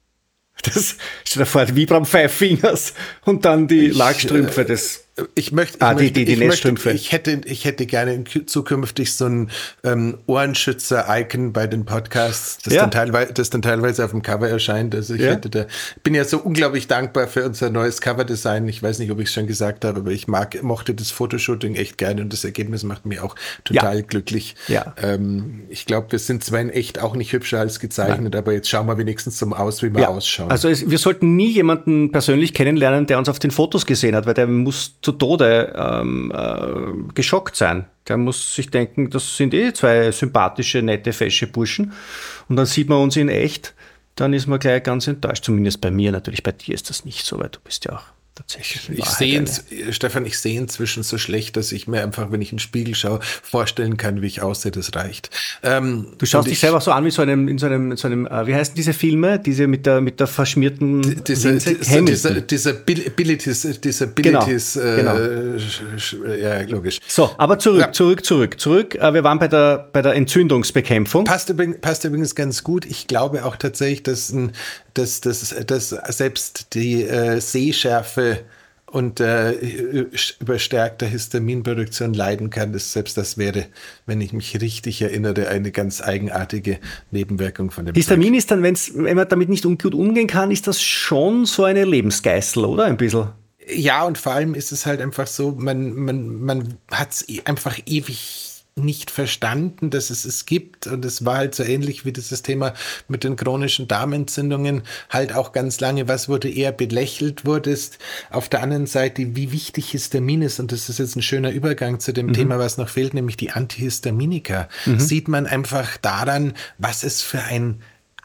Das steht da vor, Vibram Five Fingers und dann die ich, Lackstrümpfe, das... Ich möchte, ich ah, möchte, die, die, die ich, Netzstrümpfe. Möchte, ich, hätte, ich hätte gerne zukünftig so ein ähm, Ohrenschützer-Icon bei den Podcasts, das, ja. dann teilweise, das dann teilweise auf dem Cover erscheint. Also ich ja. hätte da, bin ja so unglaublich dankbar für unser neues Coverdesign. Ich weiß nicht, ob ich es schon gesagt habe, aber ich mag, mochte das Fotoshooting echt gerne und das Ergebnis macht mich auch total ja. glücklich. Ja. Ähm, ich glaube, wir sind zwar in echt auch nicht hübscher als gezeichnet, Nein. aber jetzt schauen wir wenigstens so aus, wie wir ja. ausschauen. Also es, wir sollten nie jemanden persönlich kennenlernen, der uns auf den Fotos gesehen hat, weil der muss zu Tode ähm, äh, geschockt sein. Der muss sich denken, das sind eh zwei sympathische, nette, fesche Burschen. Und dann sieht man uns in echt, dann ist man gleich ganz enttäuscht. Zumindest bei mir natürlich. Bei dir ist das nicht so, weil du bist ja auch tatsächlich. Ich sehe ins, Stefan, ich sehe inzwischen so schlecht, dass ich mir einfach, wenn ich in den Spiegel schaue, vorstellen kann, wie ich aussehe. Das reicht. Ähm, du schaust dich ich, selber so an wie so einem, in so einem, in so einem äh, wie heißen diese Filme, diese mit der, mit der verschmierten dieser, dieser, dieser, dieser Abilities, dieser Abilities, genau, äh, genau. ja, logisch. So, aber zurück, ja. zurück, zurück, zurück. Äh, wir waren bei der, bei der Entzündungsbekämpfung. Passt übrigens, passt übrigens ganz gut. Ich glaube auch tatsächlich, dass ein Dass, dass, dass selbst die äh, Sehschärfe und äh, überstärkte Histaminproduktion leiden kann. Das, selbst das wäre, wenn ich mich richtig erinnere, eine ganz eigenartige Nebenwirkung von dem Histamin Zeug. Ist dann, wenn's, wenn man damit nicht gut umgehen kann, ist das schon so eine Lebensgeißel, oder? Ein bisschen. Ja, und vor allem ist es halt einfach so, man, man, man hat es einfach ewig nicht verstanden, dass es es gibt, und es war halt so ähnlich wie dieses Thema mit den chronischen Darmentzündungen halt auch ganz lange, was wurde eher belächelt wurdest. Auf der anderen Seite, wie wichtig Histamin ist, und das ist jetzt ein schöner Übergang zu dem mhm. Thema, was noch fehlt, nämlich die Antihistaminika, mhm. sieht man einfach daran, was es für ein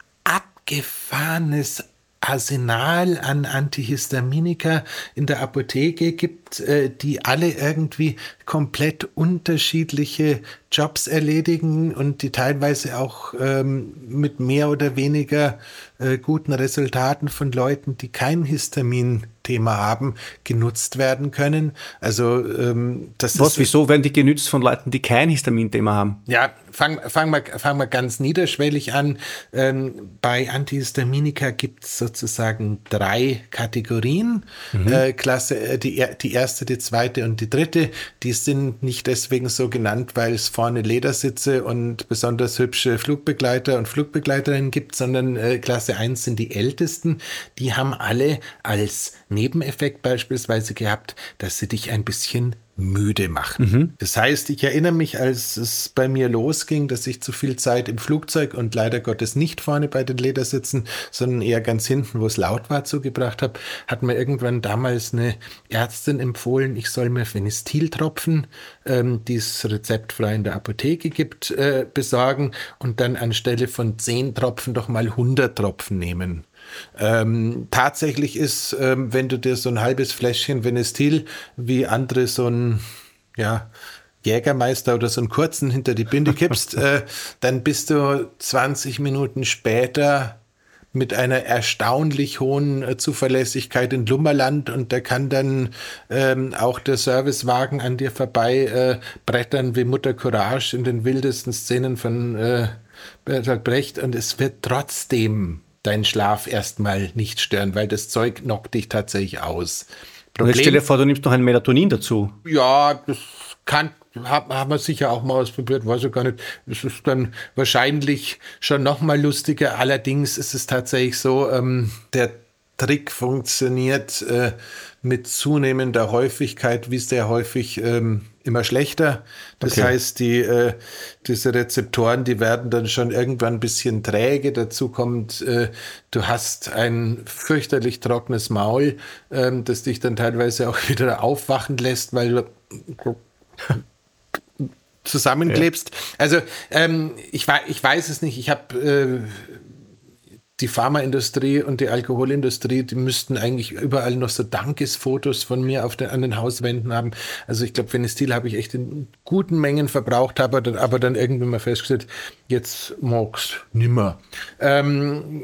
abgefahrenes Arsenal an Antihistaminika in der Apotheke gibt, die alle irgendwie komplett unterschiedliche Jobs erledigen und die teilweise auch ähm, mit mehr oder weniger äh, guten Resultaten von Leuten, die kein Histamin-Thema haben, genutzt werden können. Also ähm, das Was, ist, wieso werden die genutzt von Leuten, die kein Histamin-Thema haben? Ja, fangen fang wir, fang wir ganz niederschwellig an. Ähm, bei Antihistaminika gibt es sozusagen drei Kategorien. Mhm. Äh, Klasse, äh, die, die erste, die zweite und die dritte. Die sind nicht deswegen so genannt, weil es vorne Ledersitze und besonders hübsche Flugbegleiter und Flugbegleiterinnen gibt, sondern äh, Klasse eins sind die ältesten. Die haben alle als Nebeneffekt beispielsweise gehabt, dass sie dich ein bisschen müde machen. Mhm. Das heißt, ich erinnere mich, als es bei mir losging, dass ich zu viel Zeit im Flugzeug und leider Gottes nicht vorne bei den Ledersitzen, sondern eher ganz hinten, wo es laut war, zugebracht habe, hat mir irgendwann damals eine Ärztin empfohlen, ich soll mir Phenestiltropfen, ähm, die es rezeptfrei in der Apotheke gibt, äh, besorgen und dann anstelle von zehn Tropfen doch mal hundert Tropfen nehmen. Ähm, tatsächlich ist, ähm, wenn du dir so ein halbes Fläschchen Phenestil wie andere so ein, ja, Jägermeister oder so einen kurzen hinter die Binde kippst, äh, dann bist du zwanzig Minuten später mit einer erstaunlich hohen äh, Zuverlässigkeit in Lummerland, und da kann dann ähm, auch der Servicewagen an dir vorbei äh, brettern wie Mutter Courage in den wildesten Szenen von äh, Bertolt Brecht, und es wird trotzdem deinen Schlaf erstmal nicht stören, weil das Zeug knockt dich tatsächlich aus. Problem, jetzt stell dir vor, du nimmst noch ein Melatonin dazu. Ja, das kann, haben hab wir sicher auch mal ausprobiert, weiß ich gar nicht. Das ist dann wahrscheinlich schon noch mal lustiger. Allerdings ist es tatsächlich so, ähm, der Trick funktioniert äh, mit zunehmender Häufigkeit, wie sehr häufig ähm, immer schlechter. Das okay. heißt, die, äh, diese Rezeptoren, die werden dann schon irgendwann ein bisschen träge. Dazu kommt, äh, du hast ein fürchterlich trockenes Maul, ähm, das dich dann teilweise auch wieder aufwachen lässt, weil du zusammenklebst. Ja. Also ähm, ich, ich weiß es nicht. Ich habe äh, die Pharmaindustrie und die Alkoholindustrie, die müssten eigentlich überall noch so Dankesfotos von mir auf den, an den Hauswänden haben. Also ich glaube, Phenestil habe ich echt in guten Mengen verbraucht habe, aber dann irgendwann mal festgestellt, jetzt mag's nimmer. Ähm,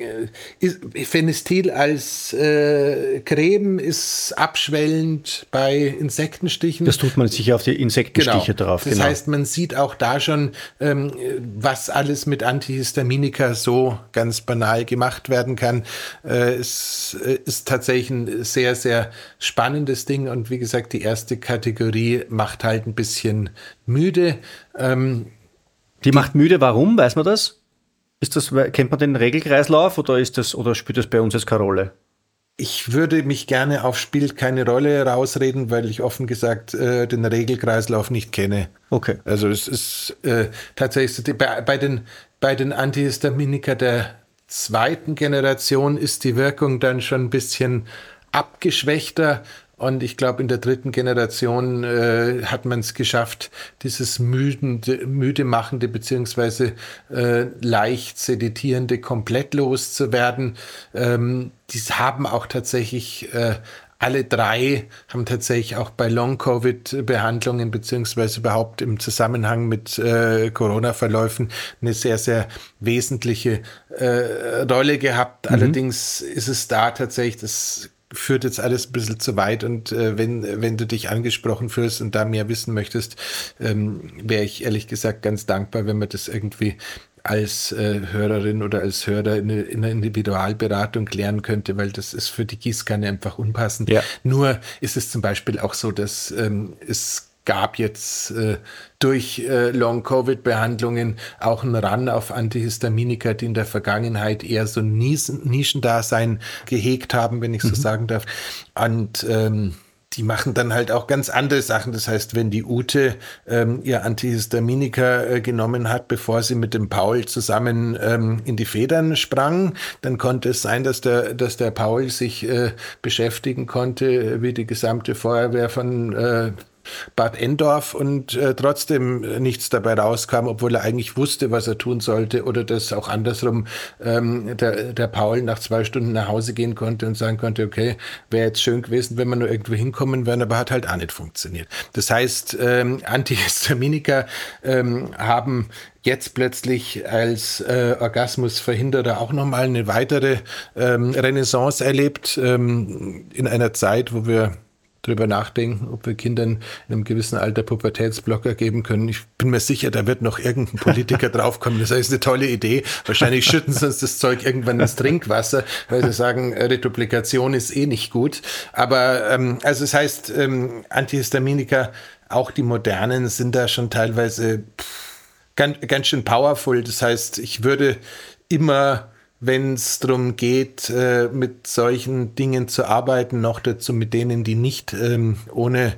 Phenestil als äh, Creme ist abschwellend bei Insektenstichen. Das tut man sicher auf die Insektenstiche genau. drauf. Das genau. heißt, man sieht auch da schon, ähm, was alles mit Antihistaminika so ganz banal gemacht werden kann. Äh, es ist tatsächlich ein sehr, sehr spannendes Ding. Und wie gesagt, die erste Kategorie macht halt ein bisschen müde. Ähm, Die macht müde, warum? Weiß man das? Ist das, kennt man den Regelkreislauf oder ist das, oder spielt das bei uns jetzt keine Rolle? Ich würde mich gerne auf spielt keine Rolle rausreden, weil ich offen gesagt äh, den Regelkreislauf nicht kenne. Okay. Also es ist äh, tatsächlich so, die, bei, bei den, bei den Antihistaminika der zweiten Generation ist die Wirkung dann schon ein bisschen abgeschwächter. Und ich glaube, in der dritten Generation äh, hat man es geschafft, dieses müdende, müde machende beziehungsweise äh, leicht seditierende komplett loszuwerden. Ähm, die haben auch tatsächlich, äh, alle drei haben tatsächlich auch bei Long-Covid-Behandlungen beziehungsweise überhaupt im Zusammenhang mit äh, Corona-Verläufen eine sehr, sehr wesentliche äh, Rolle gehabt. Mhm. Allerdings ist es da tatsächlich das führt jetzt alles ein bisschen zu weit und äh, wenn, wenn du dich angesprochen fühlst und da mehr wissen möchtest, ähm, wäre ich ehrlich gesagt ganz dankbar, wenn man das irgendwie als äh, Hörerin oder als Hörer in, in einer Individualberatung klären könnte, weil das ist für die Gießkanne einfach unpassend. Ja. Nur ist es zum Beispiel auch so, dass ähm, es gab jetzt äh, durch äh, Long-Covid-Behandlungen auch einen Run auf Antihistaminika, die in der Vergangenheit eher so ein Nischendasein gehegt haben, wenn ich so mhm. sagen darf. Und ähm, die machen dann halt auch ganz andere Sachen. Das heißt, wenn die Ute ähm, ihr Antihistaminika äh, genommen hat, bevor sie mit dem Paul zusammen ähm, in die Federn sprang, dann konnte es sein, dass der, dass der Paul sich äh, beschäftigen konnte, wie die gesamte Feuerwehr von äh, Bad Endorf und äh, trotzdem nichts dabei rauskam, obwohl er eigentlich wusste, was er tun sollte, oder dass auch andersrum ähm, der, der Paul nach zwei Stunden nach Hause gehen konnte und sagen konnte, okay, wäre jetzt schön gewesen, wenn wir nur irgendwo hinkommen wären, aber hat halt auch nicht funktioniert. Das heißt, ähm, Antihistaminika ähm, haben jetzt plötzlich als äh, Orgasmusverhinderer auch nochmal eine weitere ähm, Renaissance erlebt, ähm, in einer Zeit, wo wir drüber nachdenken, ob wir Kindern in einem gewissen Alter Pubertätsblocker geben können. Ich bin mir sicher, da wird noch irgendein Politiker draufkommen. Das ist eine tolle Idee. Wahrscheinlich schütten sie uns das Zeug irgendwann ins Trinkwasser, weil sie sagen, Retuplikation ist eh nicht gut. Aber ähm, also es heißt, ähm, Antihistaminika, auch die modernen, sind da schon teilweise pff, ganz, ganz schön powerful. Das heißt, ich würde immer, wenn es darum geht, äh, mit solchen Dingen zu arbeiten, noch dazu mit denen, die nicht ähm, ohne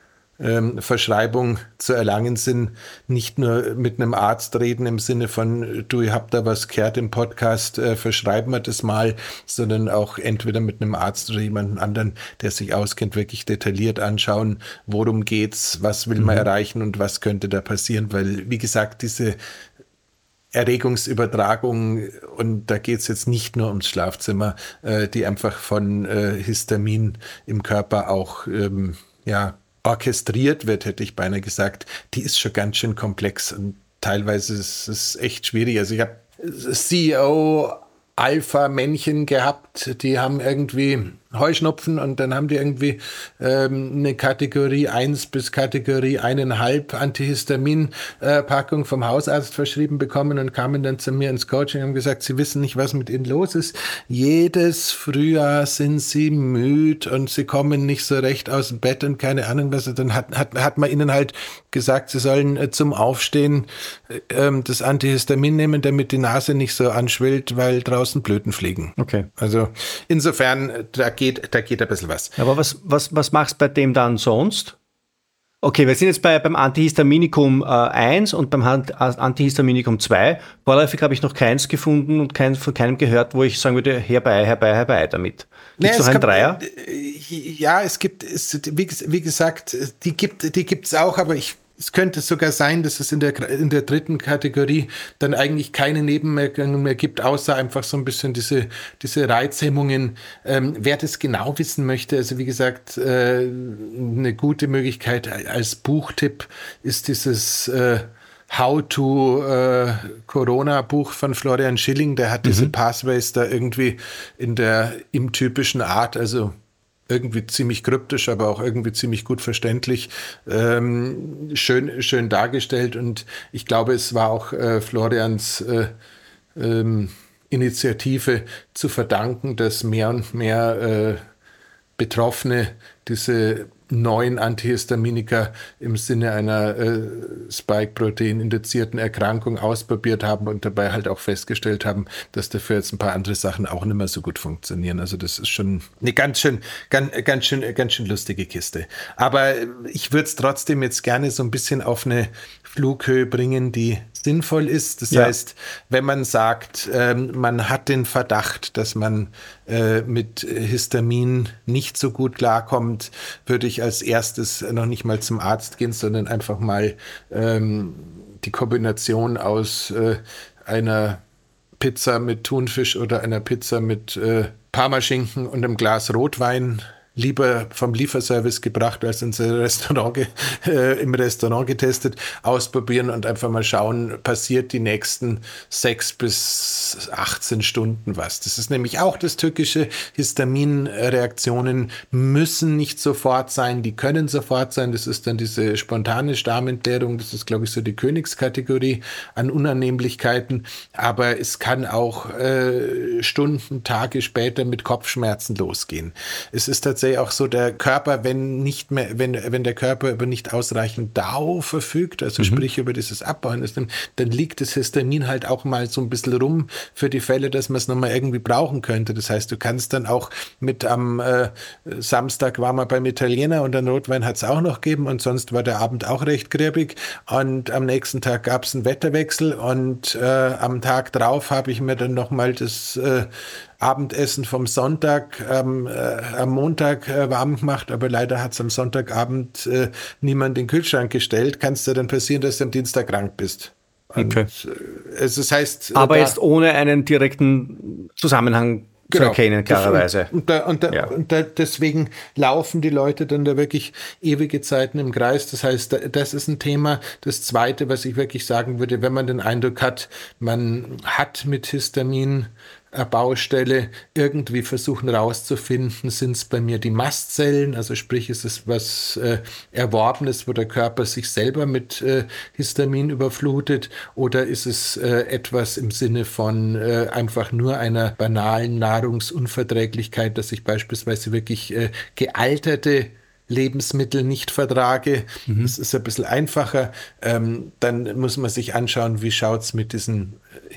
ähm, Verschreibung zu erlangen sind, nicht nur mit einem Arzt reden im Sinne von, du, ihr habt da was gehört im Podcast, äh, verschreiben wir das mal, sondern auch entweder mit einem Arzt oder jemandem anderen, der sich auskennt, wirklich detailliert anschauen, worum geht's, was will man mhm. erreichen und was könnte da passieren, weil, wie gesagt, diese Erregungsübertragung, und da geht es jetzt nicht nur ums Schlafzimmer, äh, die einfach von äh, Histamin im Körper auch ähm, ja, orchestriert wird, hätte ich beinahe gesagt, die ist schon ganz schön komplex und teilweise ist es echt schwierig. Also ich habe C E O Alpha-Männchen gehabt, die haben irgendwie Heuschnupfen und dann haben die irgendwie ähm, eine Kategorie eins bis Kategorie eineinhalb Antihistamin-Packung äh, vom Hausarzt verschrieben bekommen und kamen dann zu mir ins Coaching und haben gesagt, sie wissen nicht, was mit ihnen los ist. Jedes Frühjahr sind sie müde und sie kommen nicht so recht aus dem Bett und keine Ahnung was. Dann hat, hat, hat man ihnen halt gesagt, sie sollen äh, zum Aufstehen äh, das Antihistamin nehmen, damit die Nase nicht so anschwillt, weil draußen Blüten fliegen. Okay. Also insofern, da geht Geht, da geht ein bisschen was. Aber was, was, was machst du bei dem dann sonst? Okay, wir sind jetzt bei, beim Antihistaminikum äh, eins und beim Antihistaminikum zwei. Vorläufig habe ich noch keins gefunden und kein, von keinem gehört, wo ich sagen würde, herbei, herbei, herbei damit. Gibt es noch einen Dreier? Ja, es gibt, es, wie, wie gesagt, die gibt die gibt's auch, aber ich Es könnte sogar sein, dass es in der, in der dritten Kategorie dann eigentlich keine Nebenwirkungen mehr gibt, außer einfach so ein bisschen diese, diese Reizhemmungen. Ähm, wer das genau wissen möchte, also wie gesagt, äh, eine gute Möglichkeit als Buchtipp ist dieses äh, How to äh, Corona-Buch von Florian Schilling. Der hat mhm. diese Pathways da irgendwie in der im typischen Art, also irgendwie ziemlich kryptisch, aber auch irgendwie ziemlich gut verständlich, ähm, schön, schön dargestellt. Und ich glaube, es war auch äh, Florians äh, ähm, Initiative zu verdanken, dass mehr und mehr äh, Betroffene diese neuen Antihistaminika im Sinne einer äh, Spike-Protein-induzierten Erkrankung ausprobiert haben und dabei halt auch festgestellt haben, dass dafür jetzt ein paar andere Sachen auch nicht mehr so gut funktionieren. Also das ist schon eine ganz schön, ganz, ganz schön, ganz schön lustige Kiste. Aber ich würde es trotzdem jetzt gerne so ein bisschen auf eine Flughöhe bringen, die sinnvoll ist. Das ja. heißt, wenn man sagt, ähm, man hat den Verdacht, dass man äh, mit Histamin nicht so gut klarkommt, würde ich als erstes noch nicht mal zum Arzt gehen, sondern einfach mal ähm, die Kombination aus äh, einer Pizza mit Thunfisch oder einer Pizza mit äh, Parmaschinken und einem Glas Rotwein lieber vom Lieferservice gebracht als ins Restaurant ge- äh, im Restaurant getestet, ausprobieren und einfach mal schauen, passiert die nächsten sechs bis achtzehn Stunden was. Das ist nämlich auch das Tückische. Histaminreaktionen müssen nicht sofort sein, die können sofort sein. Das ist dann diese spontane Darmentleerung. Das ist, glaube ich, so die Königskategorie an Unannehmlichkeiten. Aber es kann auch äh, Stunden, Tage später mit Kopfschmerzen losgehen. Es ist tatsächlich auch so, der Körper, wenn nicht mehr, wenn, wenn der Körper über nicht ausreichend D A O verfügt, also mhm. sprich über dieses Abbauen, dann, dann liegt das Histamin halt auch mal so ein bisschen rum für die Fälle, dass man es nochmal irgendwie brauchen könnte. Das heißt, du kannst dann auch mit am äh, Samstag war man beim Italiener und der Rotwein hat es auch noch gegeben und sonst war der Abend auch recht gräbig und am nächsten Tag gab es einen Wetterwechsel und äh, am Tag drauf habe ich mir dann nochmal das äh, Abendessen vom Sonntag ähm, äh, am Montag äh, warm gemacht, aber leider hat es am Sonntagabend äh, niemand in den Kühlschrank gestellt. Kann es dir dann passieren, dass du am Dienstag krank bist. Und, okay. Äh, also das heißt, aber äh, jetzt ohne einen direkten Zusammenhang zu genau. erkennen, klarerweise. Und, da, und, da, ja. und da, deswegen laufen die Leute dann da wirklich ewige Zeiten im Kreis. Das heißt, das ist ein Thema. Das Zweite, was ich wirklich sagen würde, wenn man den Eindruck hat, man hat mit Histamin Baustelle irgendwie versuchen rauszufinden, sind es bei mir die Mastzellen, also sprich ist es was äh, Erworbenes, wo der Körper sich selber mit äh, Histamin überflutet, oder ist es äh, etwas im Sinne von äh, einfach nur einer banalen Nahrungsunverträglichkeit, dass ich beispielsweise wirklich äh, gealterte Lebensmittel nicht vertrage. Mhm. Das ist ein bisschen einfacher. Ähm, dann muss man sich anschauen, wie schaut es mit diesen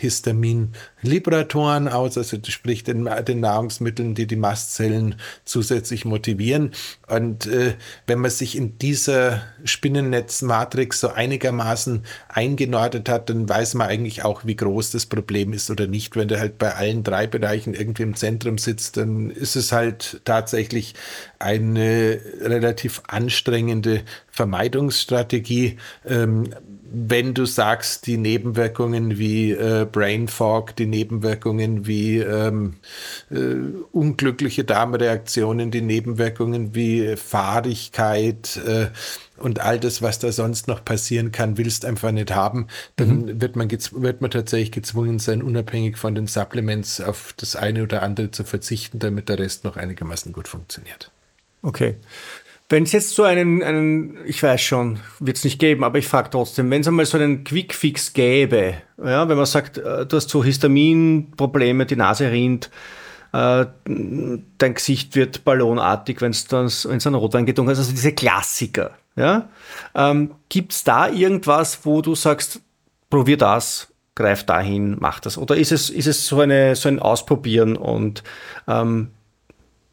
Histamin-Liberatoren aus, also sprich den, den Nahrungsmitteln, die die Mastzellen zusätzlich motivieren. Und äh, wenn man sich in dieser Spinnennetzmatrix so einigermaßen eingenordet hat, dann weiß man eigentlich auch, wie groß das Problem ist oder nicht. Wenn der halt bei allen drei Bereichen irgendwie im Zentrum sitzt, dann ist es halt tatsächlich eine relativ anstrengende Vermeidungsstrategie. Ähm, wenn du sagst, die Nebenwirkungen wie äh, Brain Fog, die Nebenwirkungen wie ähm, äh, unglückliche Darmreaktionen, die Nebenwirkungen wie Fahrigkeit äh, und all das, was da sonst noch passieren kann, willst einfach nicht haben, dann mhm. wird man gez- wird man tatsächlich gezwungen sein, unabhängig von den Supplements auf das eine oder andere zu verzichten, damit der Rest noch einigermaßen gut funktioniert. Okay. Wenn es jetzt so einen, einen, ich weiß schon, wird es nicht geben, aber ich frage trotzdem, wenn es einmal so einen Quick-Fix gäbe, ja, wenn man sagt, du hast so Histaminprobleme, die Nase rinnt, äh, dein Gesicht wird ballonartig, wenn es dann wenn's an Rotwein getrunken hast, also diese Klassiker, ja, ähm, gibt es da irgendwas, wo du sagst, probier das, greif dahin, mach das, oder ist es, ist es so, eine, so ein Ausprobieren und ähm,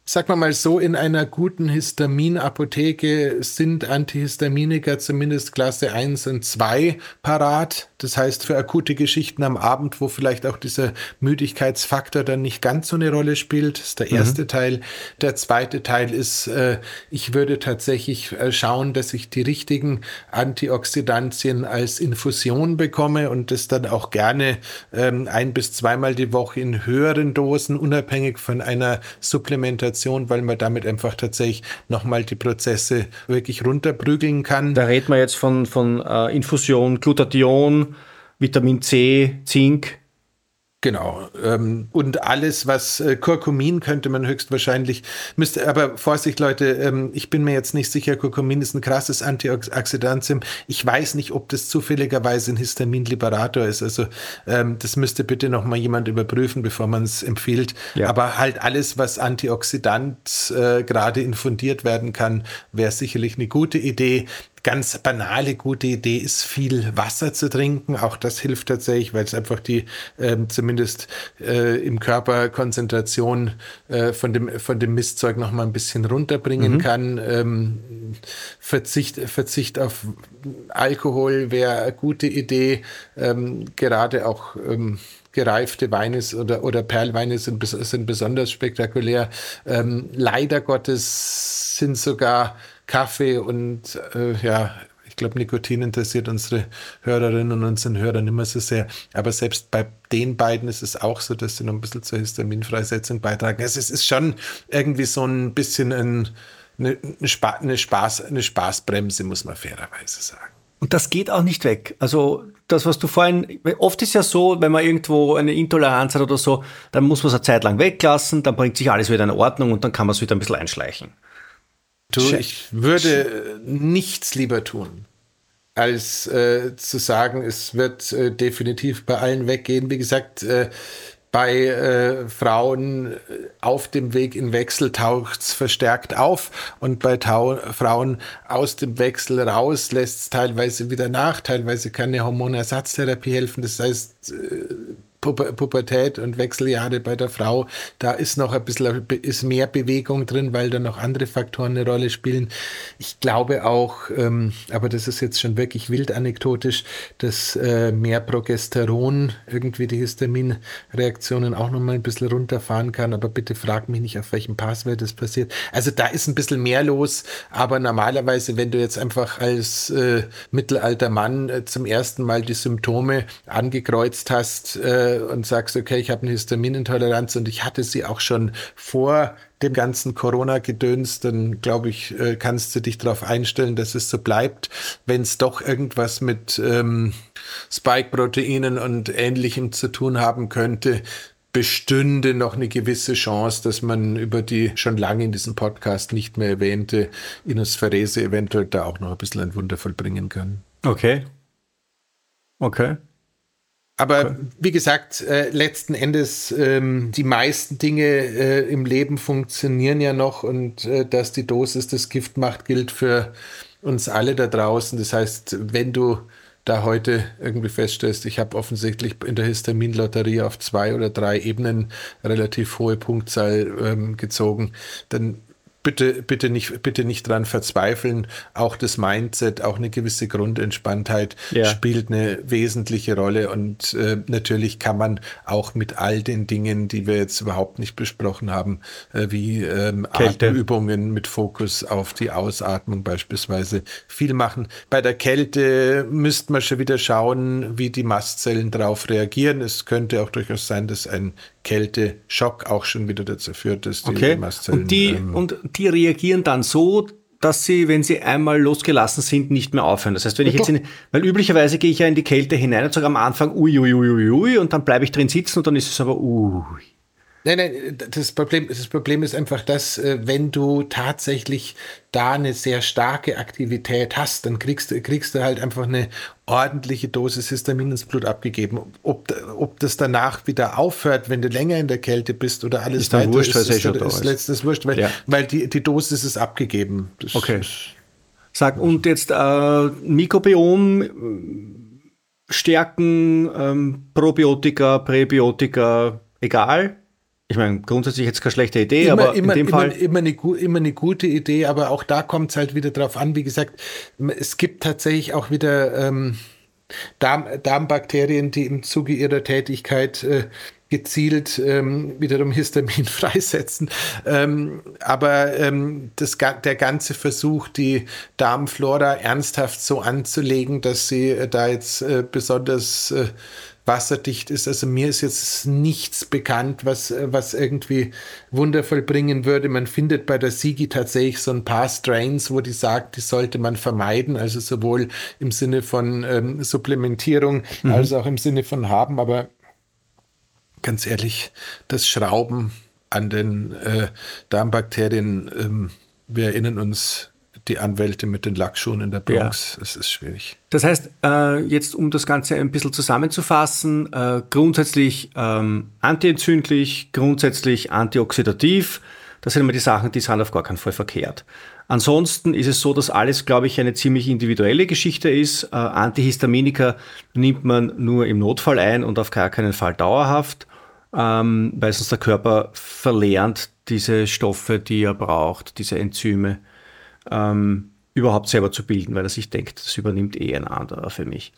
Sagen wir mal so, in einer guten Histaminapotheke sind Antihistaminika zumindest Klasse eins und zwei parat. Das heißt, für akute Geschichten am Abend, wo vielleicht auch dieser Müdigkeitsfaktor dann nicht ganz so eine Rolle spielt, ist der erste mhm. Teil. Der zweite Teil ist, äh, ich würde tatsächlich äh, schauen, dass ich die richtigen Antioxidantien als Infusion bekomme und das dann auch gerne ähm, ein- bis zweimal die Woche in höheren Dosen, unabhängig von einer Supplementation, weil man damit einfach tatsächlich nochmal die Prozesse wirklich runterprügeln kann. Da reden wir jetzt von, von äh, Infusion, Glutathion, Vitamin C, Zink. Genau. Ähm, und alles, was äh, Curcumin könnte man höchstwahrscheinlich, müsste, aber Vorsicht, Leute, ähm, ich bin mir jetzt nicht sicher, Curcumin ist ein krasses Antioxidantium. Ich weiß nicht, ob das zufälligerweise ein Histaminliberator ist. Also ähm, das müsste bitte nochmal jemand überprüfen, bevor man es empfiehlt. Ja. Aber halt alles, was Antioxidant äh, gerade infundiert werden kann, wäre sicherlich eine gute Idee. Ganz banale, gute Idee ist, viel Wasser zu trinken. Auch das hilft tatsächlich, weil es einfach die ähm, zumindest äh, im Körper Konzentration äh, von dem, von dem Mistzeug noch mal ein bisschen runterbringen mhm. kann. Ähm, Verzicht, Verzicht auf Alkohol wäre eine gute Idee. Ähm, gerade auch ähm, gereifte Weine oder, oder Perlweine sind, sind besonders spektakulär. Ähm, leider Gottes sind sogar Kaffee und äh, ja, ich glaube, Nikotin interessiert unsere Hörerinnen und unseren Hörer nicht mehr so sehr. Aber selbst bei den beiden ist es auch so, dass sie noch ein bisschen zur Histaminfreisetzung beitragen. Also es ist schon irgendwie so ein bisschen ein, eine, eine, Spa- eine, Spaß, eine Spaßbremse, muss man fairerweise sagen. Und das geht auch nicht weg. Also das, was du vorhin, oft ist ja so, wenn man irgendwo eine Intoleranz hat oder so, dann muss man es eine Zeit lang weglassen, dann bringt sich alles wieder in Ordnung und dann kann man es wieder ein bisschen einschleichen. Du, ich würde nichts lieber tun, als äh, zu sagen, es wird äh, definitiv bei allen weggehen. Wie gesagt, äh, bei äh, Frauen auf dem Weg in Wechsel taucht es verstärkt auf und bei Tau- Frauen aus dem Wechsel raus lässt es teilweise wieder nach. Teilweise kann eine Hormonersatztherapie helfen. Das heißt, äh, Pubertät und Wechseljahre bei der Frau, da ist noch ein bisschen ist mehr Bewegung drin, weil da noch andere Faktoren eine Rolle spielen. Ich glaube auch, ähm, aber das ist jetzt schon wirklich wild anekdotisch, dass äh, mehr Progesteron irgendwie die Histaminreaktionen auch noch mal ein bisschen runterfahren kann, aber bitte frag mich nicht, auf welchem Passwert das passiert. Also da ist ein bisschen mehr los, aber normalerweise, wenn du jetzt einfach als äh, mittelalter Mann äh, zum ersten Mal die Symptome angekreuzt hast, äh, und sagst, okay, ich habe eine Histaminintoleranz und ich hatte sie auch schon vor dem ganzen Corona-Gedöns, dann glaube ich, äh, kannst du dich darauf einstellen, dass es so bleibt. Wenn es doch irgendwas mit ähm, Spike-Proteinen und Ähnlichem zu tun haben könnte, bestünde noch eine gewisse Chance, dass man über die schon lange in diesem Podcast nicht mehr erwähnte Inosferese eventuell da auch noch ein bisschen ein Wunder vollbringen kann. Okay. Okay. Aber okay. wie gesagt, äh, letzten Endes, ähm, die meisten Dinge äh, im Leben funktionieren ja noch und äh, dass die Dosis das Gift macht, gilt für uns alle da draußen. Das heißt, wenn du da heute irgendwie feststellst, ich habe offensichtlich in der Histaminlotterie auf zwei oder drei Ebenen relativ hohe Punktzahl ähm, gezogen, dann Bitte, bitte nicht, bitte nicht dran verzweifeln. Auch das Mindset, auch eine gewisse Grundentspanntheit ja. spielt eine wesentliche Rolle. Und äh, natürlich kann man auch mit all den Dingen, die wir jetzt überhaupt nicht besprochen haben, äh, wie ähm, Atemübungen mit Fokus auf die Ausatmung beispielsweise, viel machen. Bei der Kälte müsste man schon wieder schauen, wie die Mastzellen darauf reagieren. Es könnte auch durchaus sein, dass ein Kälteschock auch schon wieder dazu führt, dass die okay. Mastzellen... Und die, ähm, und die reagieren dann so, dass sie, wenn sie einmal losgelassen sind, nicht mehr aufhören. Das heißt, wenn ich jetzt in, weil üblicherweise gehe ich ja in die Kälte hinein und sage am Anfang ui, ui, ui, ui, ui, und dann bleibe ich drin sitzen und dann ist es aber ui. Nein, nein, das Problem, das Problem ist einfach, dass wenn du tatsächlich da eine sehr starke Aktivität hast, dann kriegst du, kriegst du halt einfach eine ordentliche Dosis Histamin ins Blut abgegeben. Ob, ob das danach wieder aufhört, wenn du länger in der Kälte bist oder alles ist weiter, wurscht, ist, ist, ist, ist letztes Wurscht, weil, ja. weil die, die Dosis ist abgegeben. Das okay. Ist, Sag, und jetzt äh, Mikrobiom, Stärken, ähm, Probiotika, Präbiotika, egal? Ich meine, grundsätzlich jetzt keine schlechte Idee, immer, aber immer, in dem immer, Fall... Immer eine, immer eine gute Idee, aber auch da kommt es halt wieder drauf an. Wie gesagt, es gibt tatsächlich auch wieder ähm, Darm, Darmbakterien, die im Zuge ihrer Tätigkeit äh, gezielt ähm, wiederum Histamin freisetzen. Ähm, aber ähm, das, der ganze Versuch, die Darmflora ernsthaft so anzulegen, dass sie äh, da jetzt äh, besonders... Äh, wasserdicht ist. Also mir ist jetzt nichts bekannt, was, was irgendwie wundervoll bringen würde. Man findet bei der Sigi tatsächlich so ein paar Strains, wo die sagt, die sollte man vermeiden, also sowohl im Sinne von ähm, Supplementierung mhm. als auch im Sinne von haben. Aber ganz ehrlich, das Schrauben an den äh, Darmbakterien, ähm, wir erinnern uns, die Anwälte mit den Lackschuhen in der Bronx, es ja. ist schwierig. Das heißt, äh, jetzt um das Ganze ein bisschen zusammenzufassen, äh, grundsätzlich ähm, antientzündlich, grundsätzlich antioxidativ, das sind immer die Sachen, die sind auf gar keinen Fall verkehrt. Ansonsten ist es so, dass alles, glaube ich, eine ziemlich individuelle Geschichte ist. Äh, Antihistaminika nimmt man nur im Notfall ein und auf gar keinen Fall dauerhaft, ähm, weil sonst der Körper verlernt diese Stoffe, die er braucht, diese Enzyme, Ähm, überhaupt selber zu bilden, weil er sich denkt, das übernimmt eh ein anderer für mich.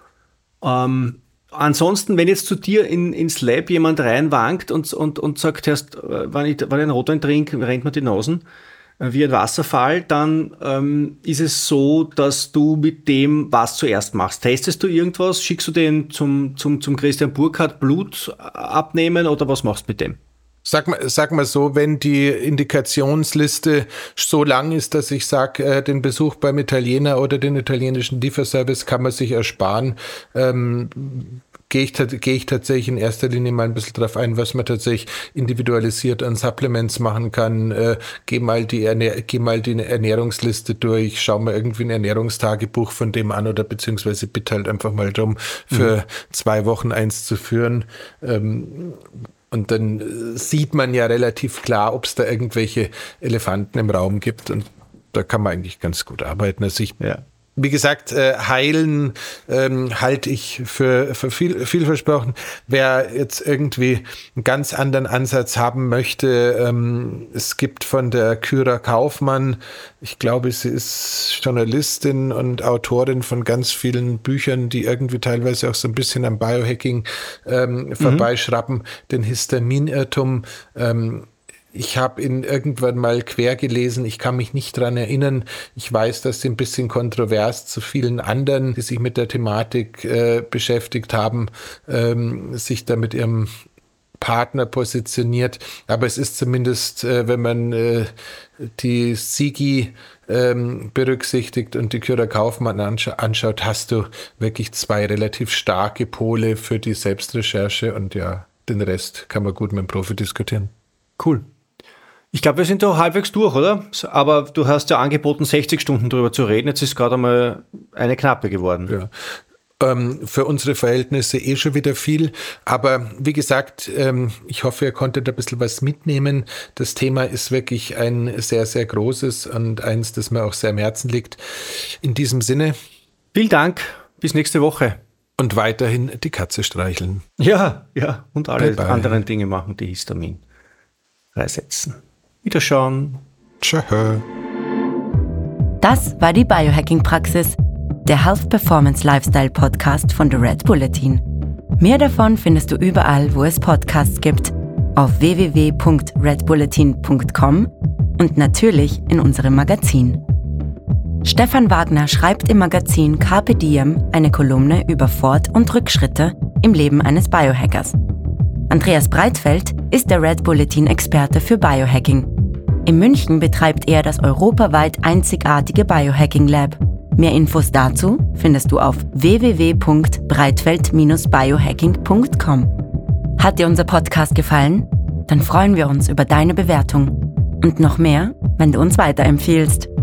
Ähm, ansonsten, wenn jetzt zu dir in, ins Lab jemand reinwankt und, und, und sagt, erst, wenn ich, wenn ich einen Rotwein trinke, rennt mir die Nasen äh, wie ein Wasserfall, dann ähm, ist es so, dass du mit dem was zuerst machst. Testest du irgendwas? Schickst du den zum, zum, zum Christian Burkhardt Blut abnehmen oder was machst du mit dem? Sag mal, sag mal so, wenn die Indikationsliste so lang ist, dass ich sage, äh, den Besuch beim Italiener oder den italienischen Lieferservice kann man sich ersparen, ähm, gehe ich, geh ich tatsächlich in erster Linie mal ein bisschen drauf ein, was man tatsächlich individualisiert an Supplements machen kann. Äh, geh mal die Ernähr- geh mal die Ernährungsliste durch, schau mal irgendwie ein Ernährungstagebuch von dem an oder beziehungsweise bitte halt einfach mal drum, für mhm. zwei Wochen eins zu führen. Ähm, Und dann sieht man ja relativ klar, ob es da irgendwelche Elefanten im Raum gibt. Und da kann man eigentlich ganz gut arbeiten. Also ich, ja. wie gesagt, äh, heilen ähm, halte ich für, für viel, viel versprochen. Wer jetzt irgendwie einen ganz anderen Ansatz haben möchte, ähm, es gibt von der Kyra Kaufmann, ich glaube, sie ist Journalistin und Autorin von ganz vielen Büchern, die irgendwie teilweise auch so ein bisschen am Biohacking ähm, mhm. vorbeischrappen, den Histaminirrtum. Ähm, Ich habe ihn irgendwann mal quer gelesen. Ich kann mich nicht dran erinnern. Ich weiß, dass sie ein bisschen kontrovers zu vielen anderen, die sich mit der Thematik äh, beschäftigt haben, ähm, sich da mit ihrem Partner positioniert. Aber es ist zumindest, äh, wenn man äh, die Sigi ähm, berücksichtigt und die Kyra Kaufmann anscha- anschaut, hast du wirklich zwei relativ starke Pole für die Selbstrecherche. Und ja, den Rest kann man gut mit dem Profi diskutieren. Cool. Ich glaube, wir sind da halbwegs durch, oder? Aber du hast ja angeboten, sechzig Stunden drüber zu reden. Jetzt ist gerade einmal eine knappe geworden. Ja. Ähm, für unsere Verhältnisse eh schon wieder viel. Aber wie gesagt, ähm, ich hoffe, ihr konntet ein bisschen was mitnehmen. Das Thema ist wirklich ein sehr, sehr großes und eins, das mir auch sehr am Herzen liegt. In diesem Sinne. Vielen Dank. Bis nächste Woche. Und weiterhin die Katze streicheln. Ja, ja. Und alle bye bye. anderen Dinge machen, die Histamin freisetzen. Wiederschauen. Tschö. Das war die Biohacking-Praxis, der Health Performance Lifestyle Podcast von The Red Bulletin. Mehr davon findest du überall, wo es Podcasts gibt, auf w w w punkt red bulletin punkt com und natürlich in unserem Magazin. Stefan Wagner schreibt im Magazin Carpe Diem eine Kolumne über Fort- und Rückschritte im Leben eines Biohackers. Andreas Breitfeld ist der Red Bulletin-Experte für Biohacking. In München betreibt er das europaweit einzigartige Biohacking Lab. Mehr Infos dazu findest du auf w w w punkt breitfeld dash biohacking punkt com. Hat dir unser Podcast gefallen? Dann freuen wir uns über deine Bewertung. Und noch mehr, wenn du uns weiterempfiehlst.